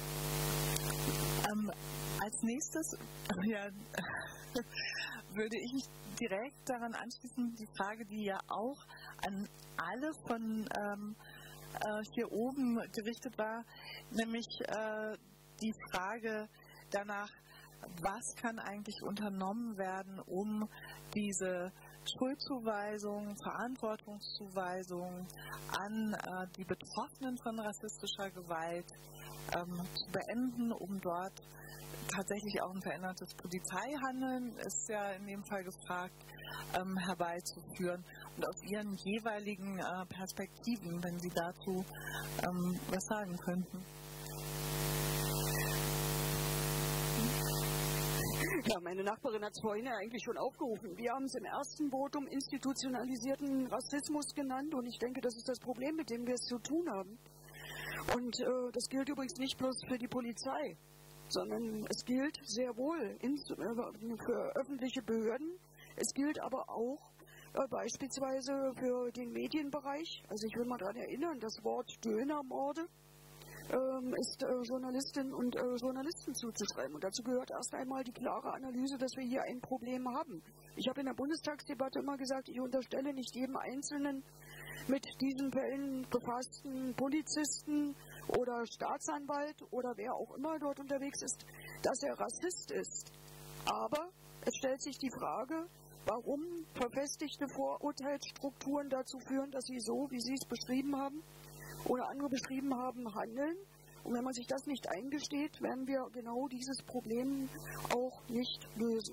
Als nächstes würde ich mich direkt daran anschließen, die Frage, die ja auch an alle von hier oben gerichtet war, nämlich die Frage danach, was kann eigentlich unternommen werden, um diese Schuldzuweisung, Verantwortungszuweisung an die Betroffenen von rassistischer Gewalt zu beenden, um dort tatsächlich auch ein verändertes Polizeihandeln, ist ja in dem Fall gefragt, herbeizuführen. Und aus Ihren jeweiligen Perspektiven, wenn Sie dazu was sagen könnten. Ja, meine Nachbarin hat es vorhin ja eigentlich schon aufgerufen. Wir haben es im ersten Votum institutionalisierten Rassismus genannt und ich denke, das ist das Problem, mit dem wir es zu tun haben. Und das gilt übrigens nicht bloß für die Polizei, sondern es gilt sehr wohl für öffentliche Behörden. Es gilt aber auch beispielsweise für den Medienbereich. Also ich will mal daran erinnern, das Wort Dönermorde ist Journalistinnen und Journalisten zuzuschreiben. Und dazu gehört erst einmal die klare Analyse, dass wir hier ein Problem haben. Ich habe in der Bundestagsdebatte immer gesagt, ich unterstelle nicht jedem Einzelnen mit diesen Fällen befassten Polizisten oder Staatsanwalt oder wer auch immer dort unterwegs ist, dass er Rassist ist. Aber es stellt sich die Frage, warum verfestigte Vorurteilsstrukturen dazu führen, dass sie so, wie Sie es beschrieben haben oder andere beschrieben haben, handeln. Und wenn man sich das nicht eingesteht, werden wir genau dieses Problem auch nicht lösen.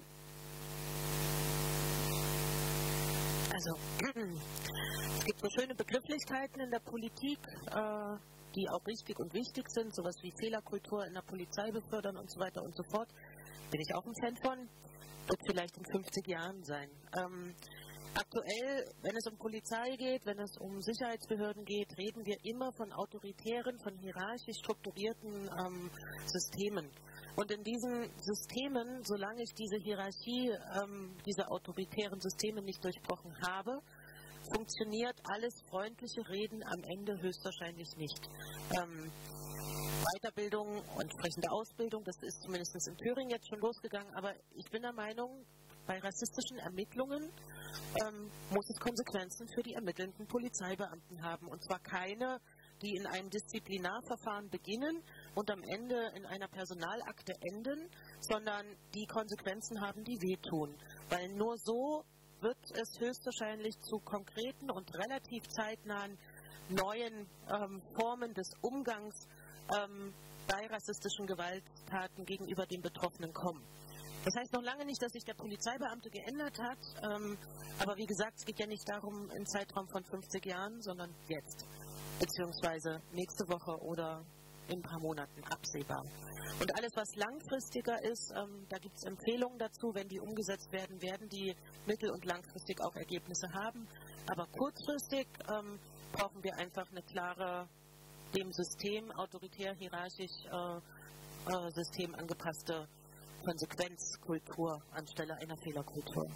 Also, es gibt so schöne Begrifflichkeiten in der Politik, die auch richtig und wichtig sind, sowas wie Fehlerkultur in der Polizei befördern und so weiter und so fort. Bin ich auch ein Fan von. Wird vielleicht in 50 Jahren sein. Aktuell, wenn es um Polizei geht, wenn es um Sicherheitsbehörden geht, reden wir immer von autoritären, von hierarchisch strukturierten Systemen. Und in diesen Systemen, solange ich diese Hierarchie, diese autoritären Systeme nicht durchbrochen habe, funktioniert alles freundliche Reden am Ende höchstwahrscheinlich nicht. Weiterbildung und entsprechende Ausbildung, das ist zumindest in Thüringen jetzt schon losgegangen, aber ich bin der Meinung, bei rassistischen Ermittlungen muss es Konsequenzen für die ermittelnden Polizeibeamten haben. Und zwar keine, die in einem Disziplinarverfahren beginnen und am Ende in einer Personalakte enden, sondern die Konsequenzen haben, die wehtun. Weil nur so wird es höchstwahrscheinlich zu konkreten und relativ zeitnahen neuen Formen des Umgangs bei rassistischen Gewalttaten gegenüber den Betroffenen kommen. Das heißt noch lange nicht, dass sich der Polizeibeamte geändert hat, aber wie gesagt, es geht ja nicht darum im Zeitraum von 50 Jahren, sondern jetzt, beziehungsweise nächste Woche oder in ein paar Monaten absehbar. Und alles, was langfristiger ist, da gibt es Empfehlungen dazu, wenn die umgesetzt werden, werden die mittel- und langfristig auch Ergebnisse haben. Aber kurzfristig brauchen wir einfach eine klare, dem System, autoritär-hierarchisch System angepasste Konsequenzkultur anstelle einer Fehlerkultur.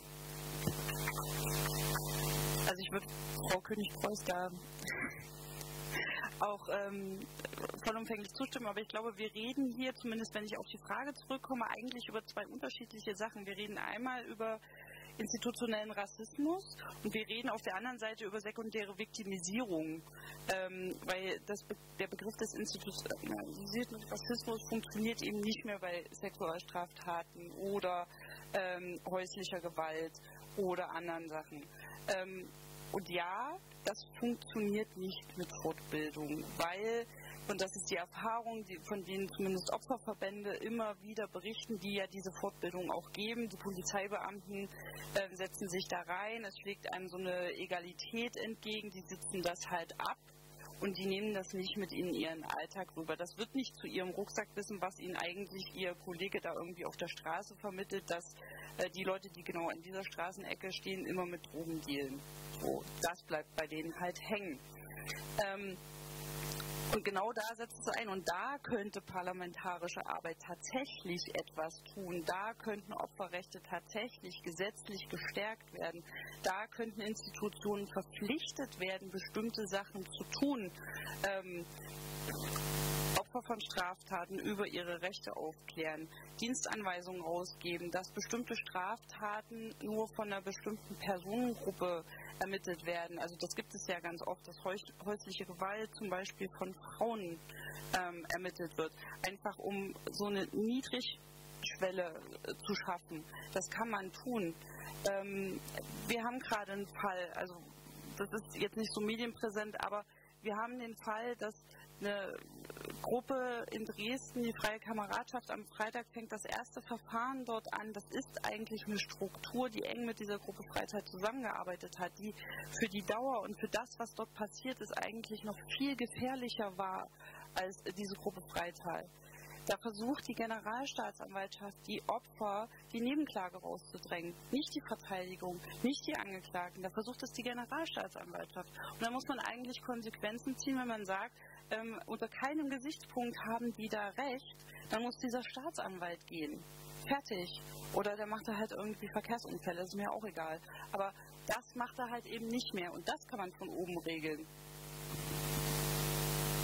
Also ich würde Frau König-Preuß da auch vollumfänglich zustimmen, aber ich glaube, wir reden hier, zumindest wenn ich auf die Frage zurückkomme, eigentlich über zwei unterschiedliche Sachen. Wir reden einmal über institutionellen Rassismus und wir reden auf der anderen Seite über sekundäre Viktimisierung, weil der Begriff des institutionalisierten Rassismus funktioniert eben nicht mehr bei Sexualstraftaten oder häuslicher Gewalt oder anderen Sachen. Und ja, das funktioniert nicht mit Fortbildung, weil, und das ist die Erfahrung, von denen zumindest Opferverbände immer wieder berichten, die ja diese Fortbildung auch geben. Die Polizeibeamten setzen sich da rein, es schlägt einem so eine Egalität entgegen, die sitzen das halt ab und die nehmen das nicht mit in ihren Alltag rüber. Das wird nicht zu ihrem Rucksackwissen, was ihnen eigentlich ihr Kollege da irgendwie auf der Straße vermittelt, dass die Leute, die genau in dieser Straßenecke stehen, immer mit Drogen dealen. So, das bleibt bei denen halt hängen. Und genau da setzt es ein. Und da könnte parlamentarische Arbeit tatsächlich etwas tun. Da könnten Opferrechte tatsächlich gesetzlich gestärkt werden. Da könnten Institutionen verpflichtet werden, bestimmte Sachen zu tun. Opfer von Straftaten über ihre Rechte aufklären, Dienstanweisungen ausgeben, dass bestimmte Straftaten nur von einer bestimmten Personengruppe ermittelt werden. Also das gibt es ja ganz oft, dass häusliche Gewalt zum Beispiel von Frauen ermittelt wird. Einfach um so eine Niedrigschwelle zu schaffen. Das kann man tun. Wir haben gerade einen Fall, also das ist jetzt nicht so medienpräsent, aber wir haben den Fall, dass eine Gruppe in Dresden, die Freie Kameradschaft, am Freitag fängt das erste Verfahren dort an. Das ist eigentlich eine Struktur, die eng mit dieser Gruppe Freital zusammengearbeitet hat, die für die Dauer und für das, was dort passiert ist, eigentlich noch viel gefährlicher war als diese Gruppe Freital. Da versucht die Generalstaatsanwaltschaft, die Opfer, die Nebenklage rauszudrängen. Nicht die Verteidigung, nicht die Angeklagten. Da versucht es die Generalstaatsanwaltschaft. Und da muss man eigentlich Konsequenzen ziehen, wenn man sagt, unter keinem Gesichtspunkt haben die da recht, dann muss dieser Staatsanwalt gehen. Fertig. Oder der macht da halt irgendwie Verkehrsunfälle, ist mir auch egal. Aber das macht er halt eben nicht mehr. Und das kann man von oben regeln.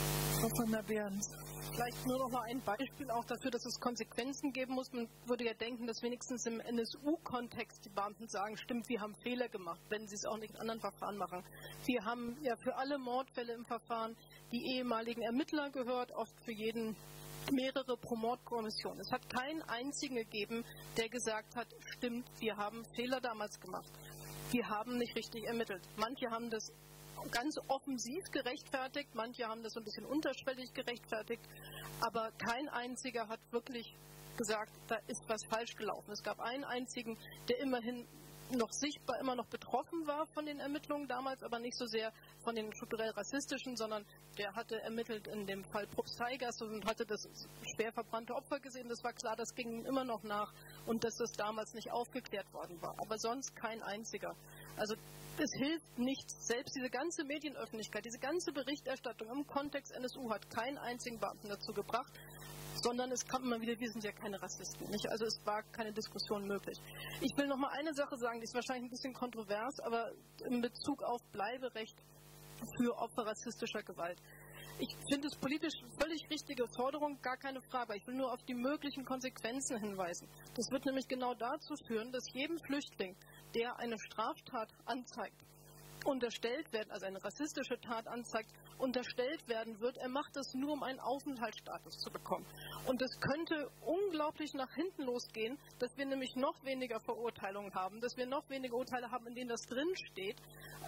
Frau von der Behrens. Vielleicht nur noch mal ein Beispiel auch dafür, dass es Konsequenzen geben muss. Man würde ja denken, dass wenigstens im NSU-Kontext die Beamten sagen, stimmt, wir haben Fehler gemacht, wenn sie es auch nicht in anderen Verfahren machen. Wir haben ja für alle Mordfälle im Verfahren die ehemaligen Ermittler gehört, oft für jeden mehrere pro Mordkommission. Es hat keinen einzigen gegeben, der gesagt hat, stimmt, wir haben Fehler damals gemacht. Wir haben nicht richtig ermittelt. Manche haben das ganz offensiv gerechtfertigt, manche haben das so ein bisschen unterschwellig gerechtfertigt, aber kein einziger hat wirklich gesagt, da ist was falsch gelaufen. Es gab einen einzigen, der immerhin noch sichtbar immer noch betroffen war von den Ermittlungen damals, aber nicht so sehr von den strukturell rassistischen, sondern der hatte ermittelt in dem Fall Probstheigers und hatte das schwer verbrannte Opfer gesehen. Das war klar, das ging ihm immer noch nach und dass das damals nicht aufgeklärt worden war. Aber sonst kein einziger. Also es hilft nichts. Selbst diese ganze Medienöffentlichkeit, diese ganze Berichterstattung im Kontext NSU hat keinen einzigen Beamten dazu gebracht, sondern es kam immer wieder, wir sind ja keine Rassisten. Nicht? Also es war keine Diskussion möglich. Ich will noch mal eine Sache sagen, die ist wahrscheinlich ein bisschen kontrovers, aber in Bezug auf Bleiberecht für Opfer rassistischer Gewalt. Ich finde es politisch völlig richtige Forderung, gar keine Frage. Ich will nur auf die möglichen Konsequenzen hinweisen. Das wird nämlich genau dazu führen, dass jedem Flüchtling, der eine Straftat anzeigt, unterstellt werden, also eine rassistische Tat anzeigt, unterstellt werden wird, er macht das nur, um einen Aufenthaltsstatus zu bekommen. Und das könnte unglaublich nach hinten losgehen, dass wir nämlich noch weniger Verurteilungen haben, dass wir noch weniger Urteile haben, in denen das drinsteht,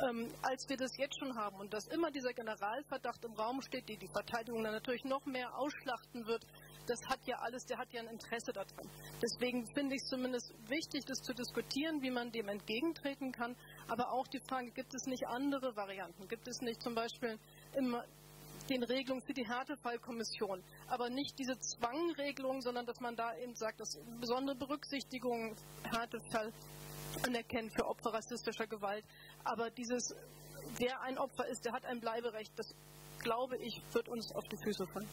als wir das jetzt schon haben. Und dass immer dieser Generalverdacht im Raum steht, die Verteidigung dann natürlich noch mehr ausschlachten wird, das hat ja alles, der hat ja ein Interesse daran. Deswegen finde ich es zumindest wichtig, das zu diskutieren, wie man dem entgegentreten kann. Aber auch die Frage, gibt es nicht andere Varianten? Gibt es nicht zum Beispiel immer den Regelungen für die Härtefallkommission, aber nicht diese Zwangregelung, sondern dass man da eben sagt, dass besondere Berücksichtigung Härtefall anerkennt für Opfer rassistischer Gewalt. Aber dieses, wer ein Opfer ist, der hat ein Bleiberecht, das, glaube ich, wird uns auf die Füße fallen.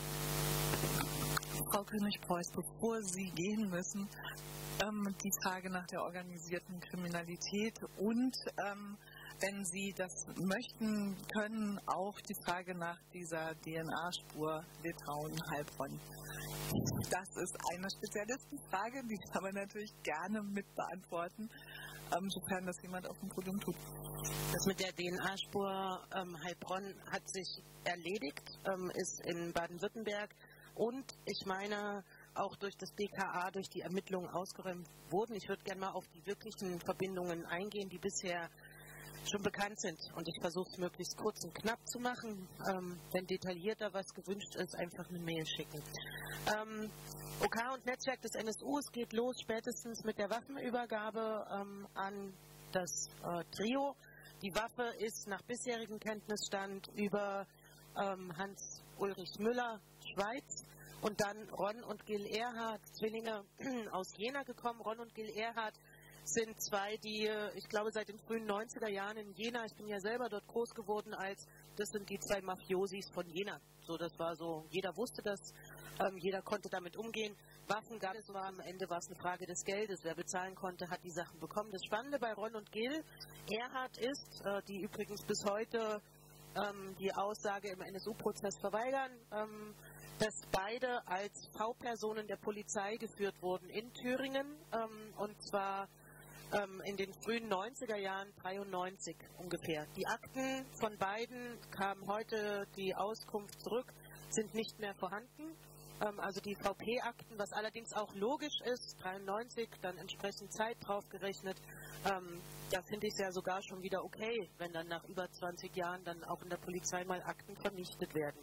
Frau König-Preuß, bevor Sie gehen müssen, die Frage nach der organisierten Kriminalität und, wenn Sie das möchten, können auch die Frage nach dieser DNA-Spur Litauen-Heilbronn. Das ist eine Spezialistenfrage, die kann man natürlich gerne mit beantworten, sofern das jemand auf dem Podium tut. Das mit der DNA-Spur Heilbronn hat sich erledigt, ist in Baden-Württemberg und ich meine auch durch das BKA, durch die Ermittlungen ausgeräumt wurden. Ich würde gerne mal auf die wirklichen Verbindungen eingehen, die bisher schon bekannt sind. Und ich versuche es möglichst kurz und knapp zu machen. Wenn detaillierter was gewünscht ist, einfach eine Mail schicken. OK und Netzwerk des NSU, es geht los spätestens mit der Waffenübergabe an das Trio. Die Waffe ist nach bisherigem Kenntnisstand über Hans-Ulrich Müller, Schweiz, und dann Ron und Gil Erhardt, Zwillinge aus Jena gekommen. Ron und Gil Erhardt sind zwei, die, ich glaube, seit den frühen 90er Jahren in Jena, ich bin ja selber dort groß geworden, das sind die zwei Mafiosis von Jena. So, das war so, jeder wusste das, jeder konnte damit umgehen. Waffen gab es, am Ende war es eine Frage des Geldes. Wer bezahlen konnte, hat die Sachen bekommen. Das Spannende bei Ron und Gil Erhardt ist, die übrigens bis heute die Aussage im NSU-Prozess verweigern, dass beide als V-Personen der Polizei geführt wurden in Thüringen, und zwar in den frühen 90er Jahren, 93 ungefähr. Die Akten von beiden kamen heute, die Auskunft zurück, sind nicht mehr vorhanden. Also die VP-Akten, was allerdings auch logisch ist, 93, dann entsprechend Zeit drauf gerechnet, da finde ich es ja sogar schon wieder okay, wenn dann nach über 20 Jahren dann auch in der Polizei mal Akten vernichtet werden.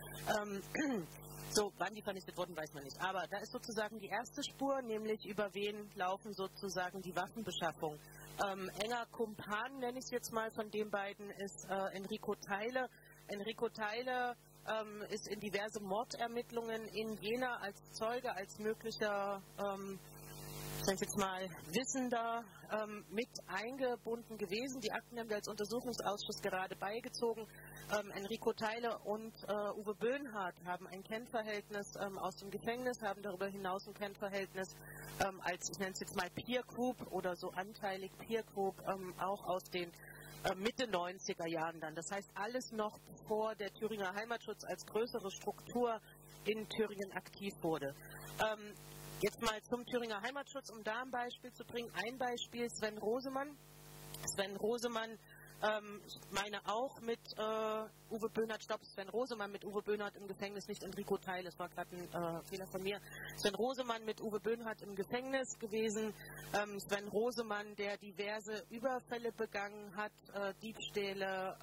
So, wann die vernichtet wurden, weiß man nicht. Aber da ist sozusagen die erste Spur, nämlich über wen laufen sozusagen die Waffenbeschaffung. Enger Kumpan, nenne ich es jetzt mal, von den beiden ist Enrico Theile. Enrico Theile ist in diverse Mordermittlungen in Jena als Zeuge, als möglicher, ich sage jetzt mal, Wissender mit eingebunden gewesen. Die Akten haben wir als Untersuchungsausschuss gerade beigezogen. Enrico Theile und Uwe Böhnhardt haben ein Kennverhältnis aus dem Gefängnis, haben darüber hinaus ein Kennverhältnis als, ich nenne es jetzt mal Peer Group oder so anteilig Peer Group, auch aus den Mitte 90er Jahren dann. Das heißt, alles noch bevor der Thüringer Heimatschutz als größere Struktur in Thüringen aktiv wurde. Jetzt mal zum Thüringer Heimatschutz, um da ein Beispiel zu bringen. Ein Beispiel, Sven Rosemann. Sven Rosemann, ich meine auch mit Uwe Böhnhardt, Sven Rosemann mit Uwe Böhnhardt im Gefängnis, nicht Enrico Theil, das war gerade ein Fehler von mir. Sven Rosemann mit Uwe Böhnhardt im Gefängnis gewesen. Sven Rosemann, der diverse Überfälle begangen hat, Diebstähle,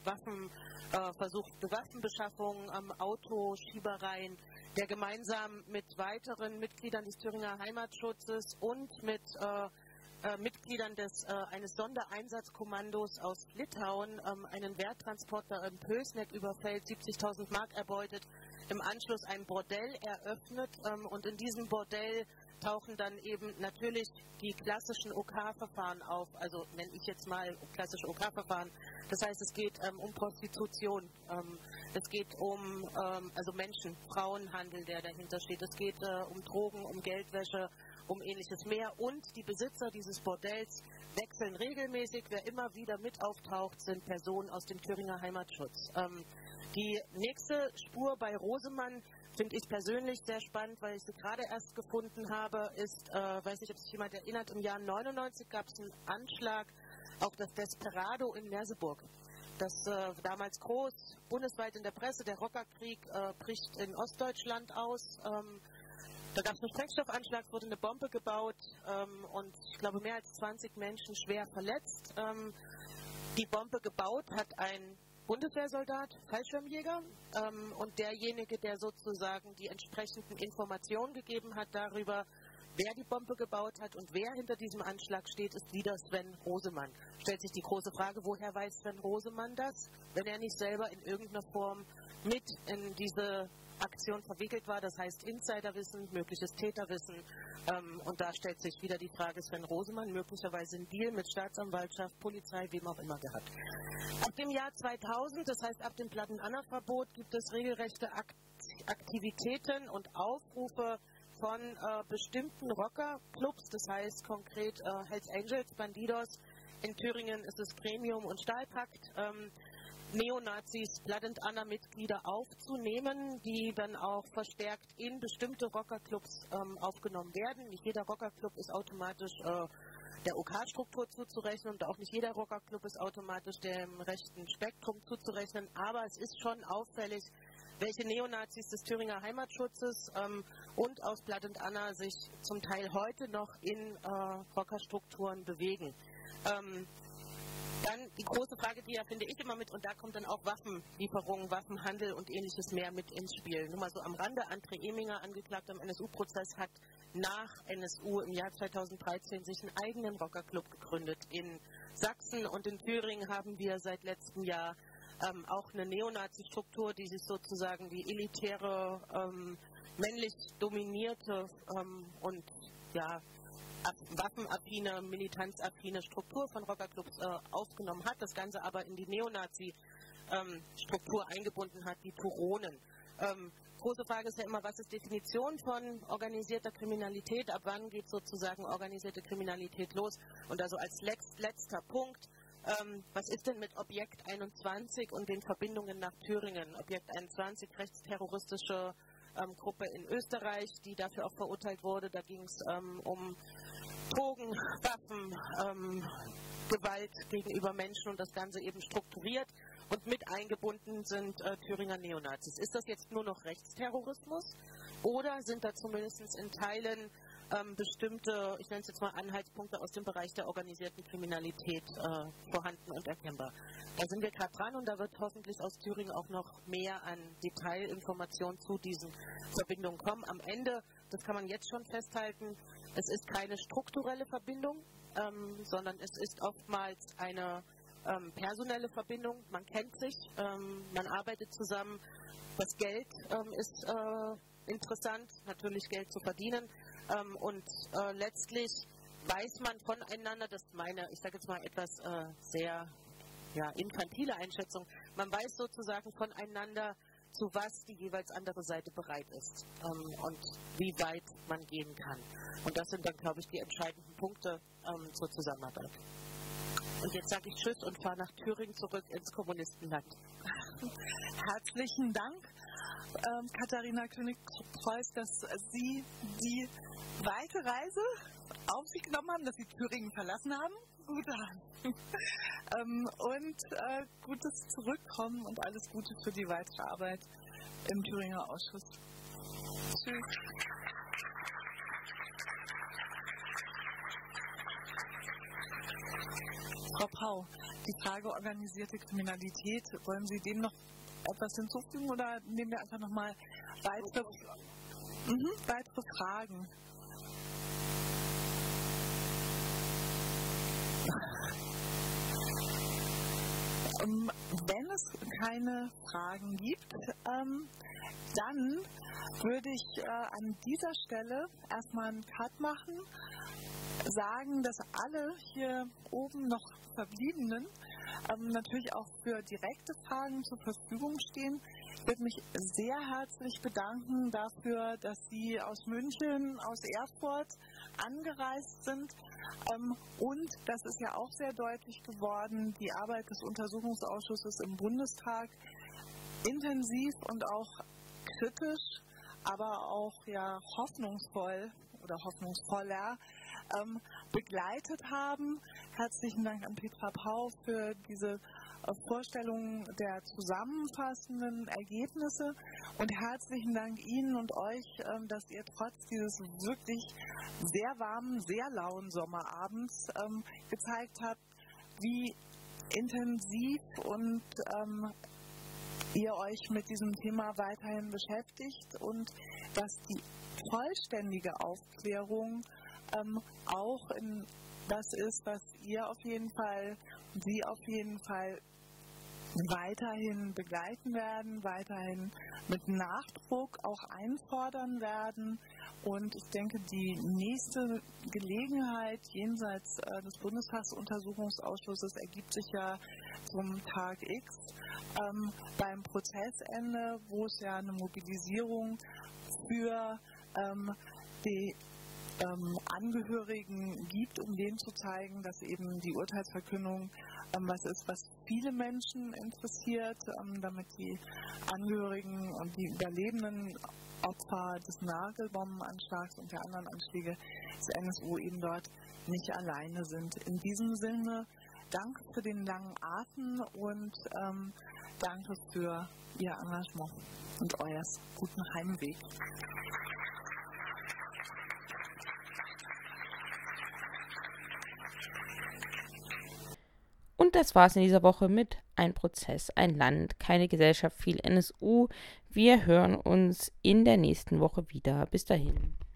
versuchte Waffenbeschaffung, Autoschiebereien, der gemeinsam mit weiteren Mitgliedern des Thüringer Heimatschutzes und mit Mitgliedern eines Sondereinsatzkommandos aus Litauen einen Werttransporter in Pößneck überfällt, 70.000 Mark erbeutet, im Anschluss ein Bordell eröffnet und in diesem Bordell tauchen dann eben natürlich die klassischen OK-Verfahren auf, also nenne ich jetzt mal klassische OK-Verfahren. Das heißt, es geht um Prostitution, es geht um also Menschen, Frauenhandel, der dahinter steht, es geht um Drogen, um Geldwäsche, um ähnliches mehr und die Besitzer dieses Bordells wechseln regelmäßig. Wer immer wieder mit auftaucht, sind Personen aus dem Thüringer Heimatschutz. Die nächste Spur bei Rosemann finde ich persönlich sehr spannend, weil ich sie gerade erst gefunden habe, ist, weiß nicht, ob sich jemand erinnert, im Jahr 99 gab es einen Anschlag auf das Desperado in Merseburg. Das damals groß, bundesweit in der Presse, der Rockerkrieg bricht in Ostdeutschland aus. Da gab es einen Sprengstoffanschlag, es wurde eine Bombe gebaut und ich glaube mehr als 20 Menschen schwer verletzt. Die Bombe gebaut hat ein Bundeswehrsoldat, Fallschirmjäger und derjenige, der sozusagen die entsprechenden Informationen gegeben hat darüber, wer die Bombe gebaut hat und wer hinter diesem Anschlag steht, ist wieder Sven Rosemann. Stellt sich die große Frage, woher weiß Sven Rosemann das, wenn er nicht selber in irgendeiner Form mit in diese Aktion verwickelt war, das heißt Insiderwissen, mögliches Täterwissen und da stellt sich wieder die Frage, Sven Rosemann möglicherweise einen Deal mit Staatsanwaltschaft, Polizei, wem auch immer gehabt. Ab dem Jahr 2000, das heißt ab dem Platten-Anna-Verbot, gibt es regelrechte Aktivitäten und Aufrufe von bestimmten Rockerclubs, das heißt konkret Hells Angels, Bandidos, in Thüringen ist es Premium und Stahlpakt, Neonazis, Platten-Anna-Mitglieder aufzunehmen, die dann auch verstärkt in bestimmte Rockerclubs aufgenommen werden. Nicht jeder Rockerclub ist automatisch der OK-Struktur zuzurechnen und auch nicht jeder Rockerclub ist automatisch dem rechten Spektrum zuzurechnen, aber es ist schon auffällig, welche Neonazis des Thüringer Heimatschutzes und aus Platten-Anna sich zum Teil heute noch in Rockerstrukturen bewegen. Dann die große Frage, die ja, finde ich, immer mit, und da kommt dann auch Waffenlieferungen, Waffenhandel und ähnliches mehr mit ins Spiel. Nur mal so am Rande, André Eminger, angeklagt am NSU-Prozess, hat nach NSU im Jahr 2013 sich einen eigenen Rockerclub gegründet in Sachsen und in Thüringen haben wir seit letztem Jahr auch eine Neonazi-Struktur, die sich sozusagen die elitäre, männlich dominierte und ja, waffenaffine, militanzaffine Struktur von Rockerclubs aufgenommen hat, das Ganze aber in die Neonazi-Struktur eingebunden hat, die Turonen. Große Frage ist ja immer, was ist Definition von organisierter Kriminalität, ab wann geht sozusagen organisierte Kriminalität los? Und also als letzter Punkt, was ist denn mit Objekt 21 und den Verbindungen nach Thüringen? Objekt 21, rechtsterroristische Gruppe in Österreich, die dafür auch verurteilt wurde. Da ging es um Drogen, Waffen, Gewalt gegenüber Menschen und das Ganze eben strukturiert und mit eingebunden sind Thüringer Neonazis. Ist das jetzt nur noch Rechtsterrorismus oder sind da zumindest in Teilen bestimmte, ich nenne es jetzt mal Anhaltspunkte aus dem Bereich der organisierten Kriminalität vorhanden und erkennbar? Da sind wir gerade dran und da wird hoffentlich aus Thüringen auch noch mehr an Detailinformationen zu diesen Verbindungen kommen. Am Ende, das kann man jetzt schon festhalten, es ist keine strukturelle Verbindung, sondern es ist oftmals eine personelle Verbindung. Man kennt sich, man arbeitet zusammen. Das Geld ist interessant, natürlich Geld zu verdienen. Und letztlich weiß man voneinander, das ist meine, ich sage jetzt mal etwas sehr infantile Einschätzung, man weiß sozusagen voneinander, zu was die jeweils andere Seite bereit ist und wie weit man gehen kann. Und das sind dann, glaube ich, die entscheidenden Punkte zur Zusammenarbeit. Und jetzt sage ich Tschüss und fahre nach Thüringen zurück ins Kommunistenland. Herzlichen Dank, Katharina König-Preuß, dass Sie die weite Reise auf sich genommen haben, dass Sie Thüringen verlassen haben. Gute Hand. Und gutes Zurückkommen und alles Gute für die weitere Arbeit im Thüringer Ausschuss. Tschüss. Frau Pau, die Frage organisierte Kriminalität, wollen Sie dem noch etwas hinzufügen oder nehmen wir einfach nochmal weitere Fragen? Wenn es keine Fragen gibt, dann würde ich an dieser Stelle erstmal einen Cut machen, sagen, dass alle hier oben noch Verbliebenen natürlich auch für direkte Fragen zur Verfügung stehen. Ich würde mich sehr herzlich bedanken dafür, dass Sie aus München, aus Erfurt angereist sind. Und das ist ja auch sehr deutlich geworden, die Arbeit des Untersuchungsausschusses im Bundestag intensiv und auch kritisch, aber auch ja hoffnungsvoll oder hoffnungsvoller begleitet haben. Herzlichen Dank an Petra Pau für diese Vorstellung der zusammenfassenden Ergebnisse und herzlichen Dank Ihnen und euch, dass ihr trotz dieses wirklich sehr warmen, sehr lauen Sommerabends gezeigt habt, wie intensiv und ihr euch mit diesem Thema weiterhin beschäftigt und dass die vollständige Aufklärung auch das ist, was ihr auf jeden Fall, Sie auf jeden Fall weiterhin begleiten werden, weiterhin mit Nachdruck auch einfordern werden. Und ich denke, die nächste Gelegenheit jenseits des Bundestagsuntersuchungsausschusses ergibt sich ja zum Tag X beim Prozessende, wo es ja eine Mobilisierung für die Angehörigen gibt, um denen zu zeigen, dass eben die Urteilsverkündung was ist, was viele Menschen interessiert, damit die Angehörigen und die überlebenden Opfer des Nagelbombenanschlags und der anderen Anschläge des NSU eben dort nicht alleine sind. In diesem Sinne, danke für den langen Atem und danke für Ihr Engagement und euers guten Heimweg. Und das war's in dieser Woche mit Ein Prozess, ein Land, keine Gesellschaft, viel NSU. Wir hören uns in der nächsten Woche wieder. Bis dahin.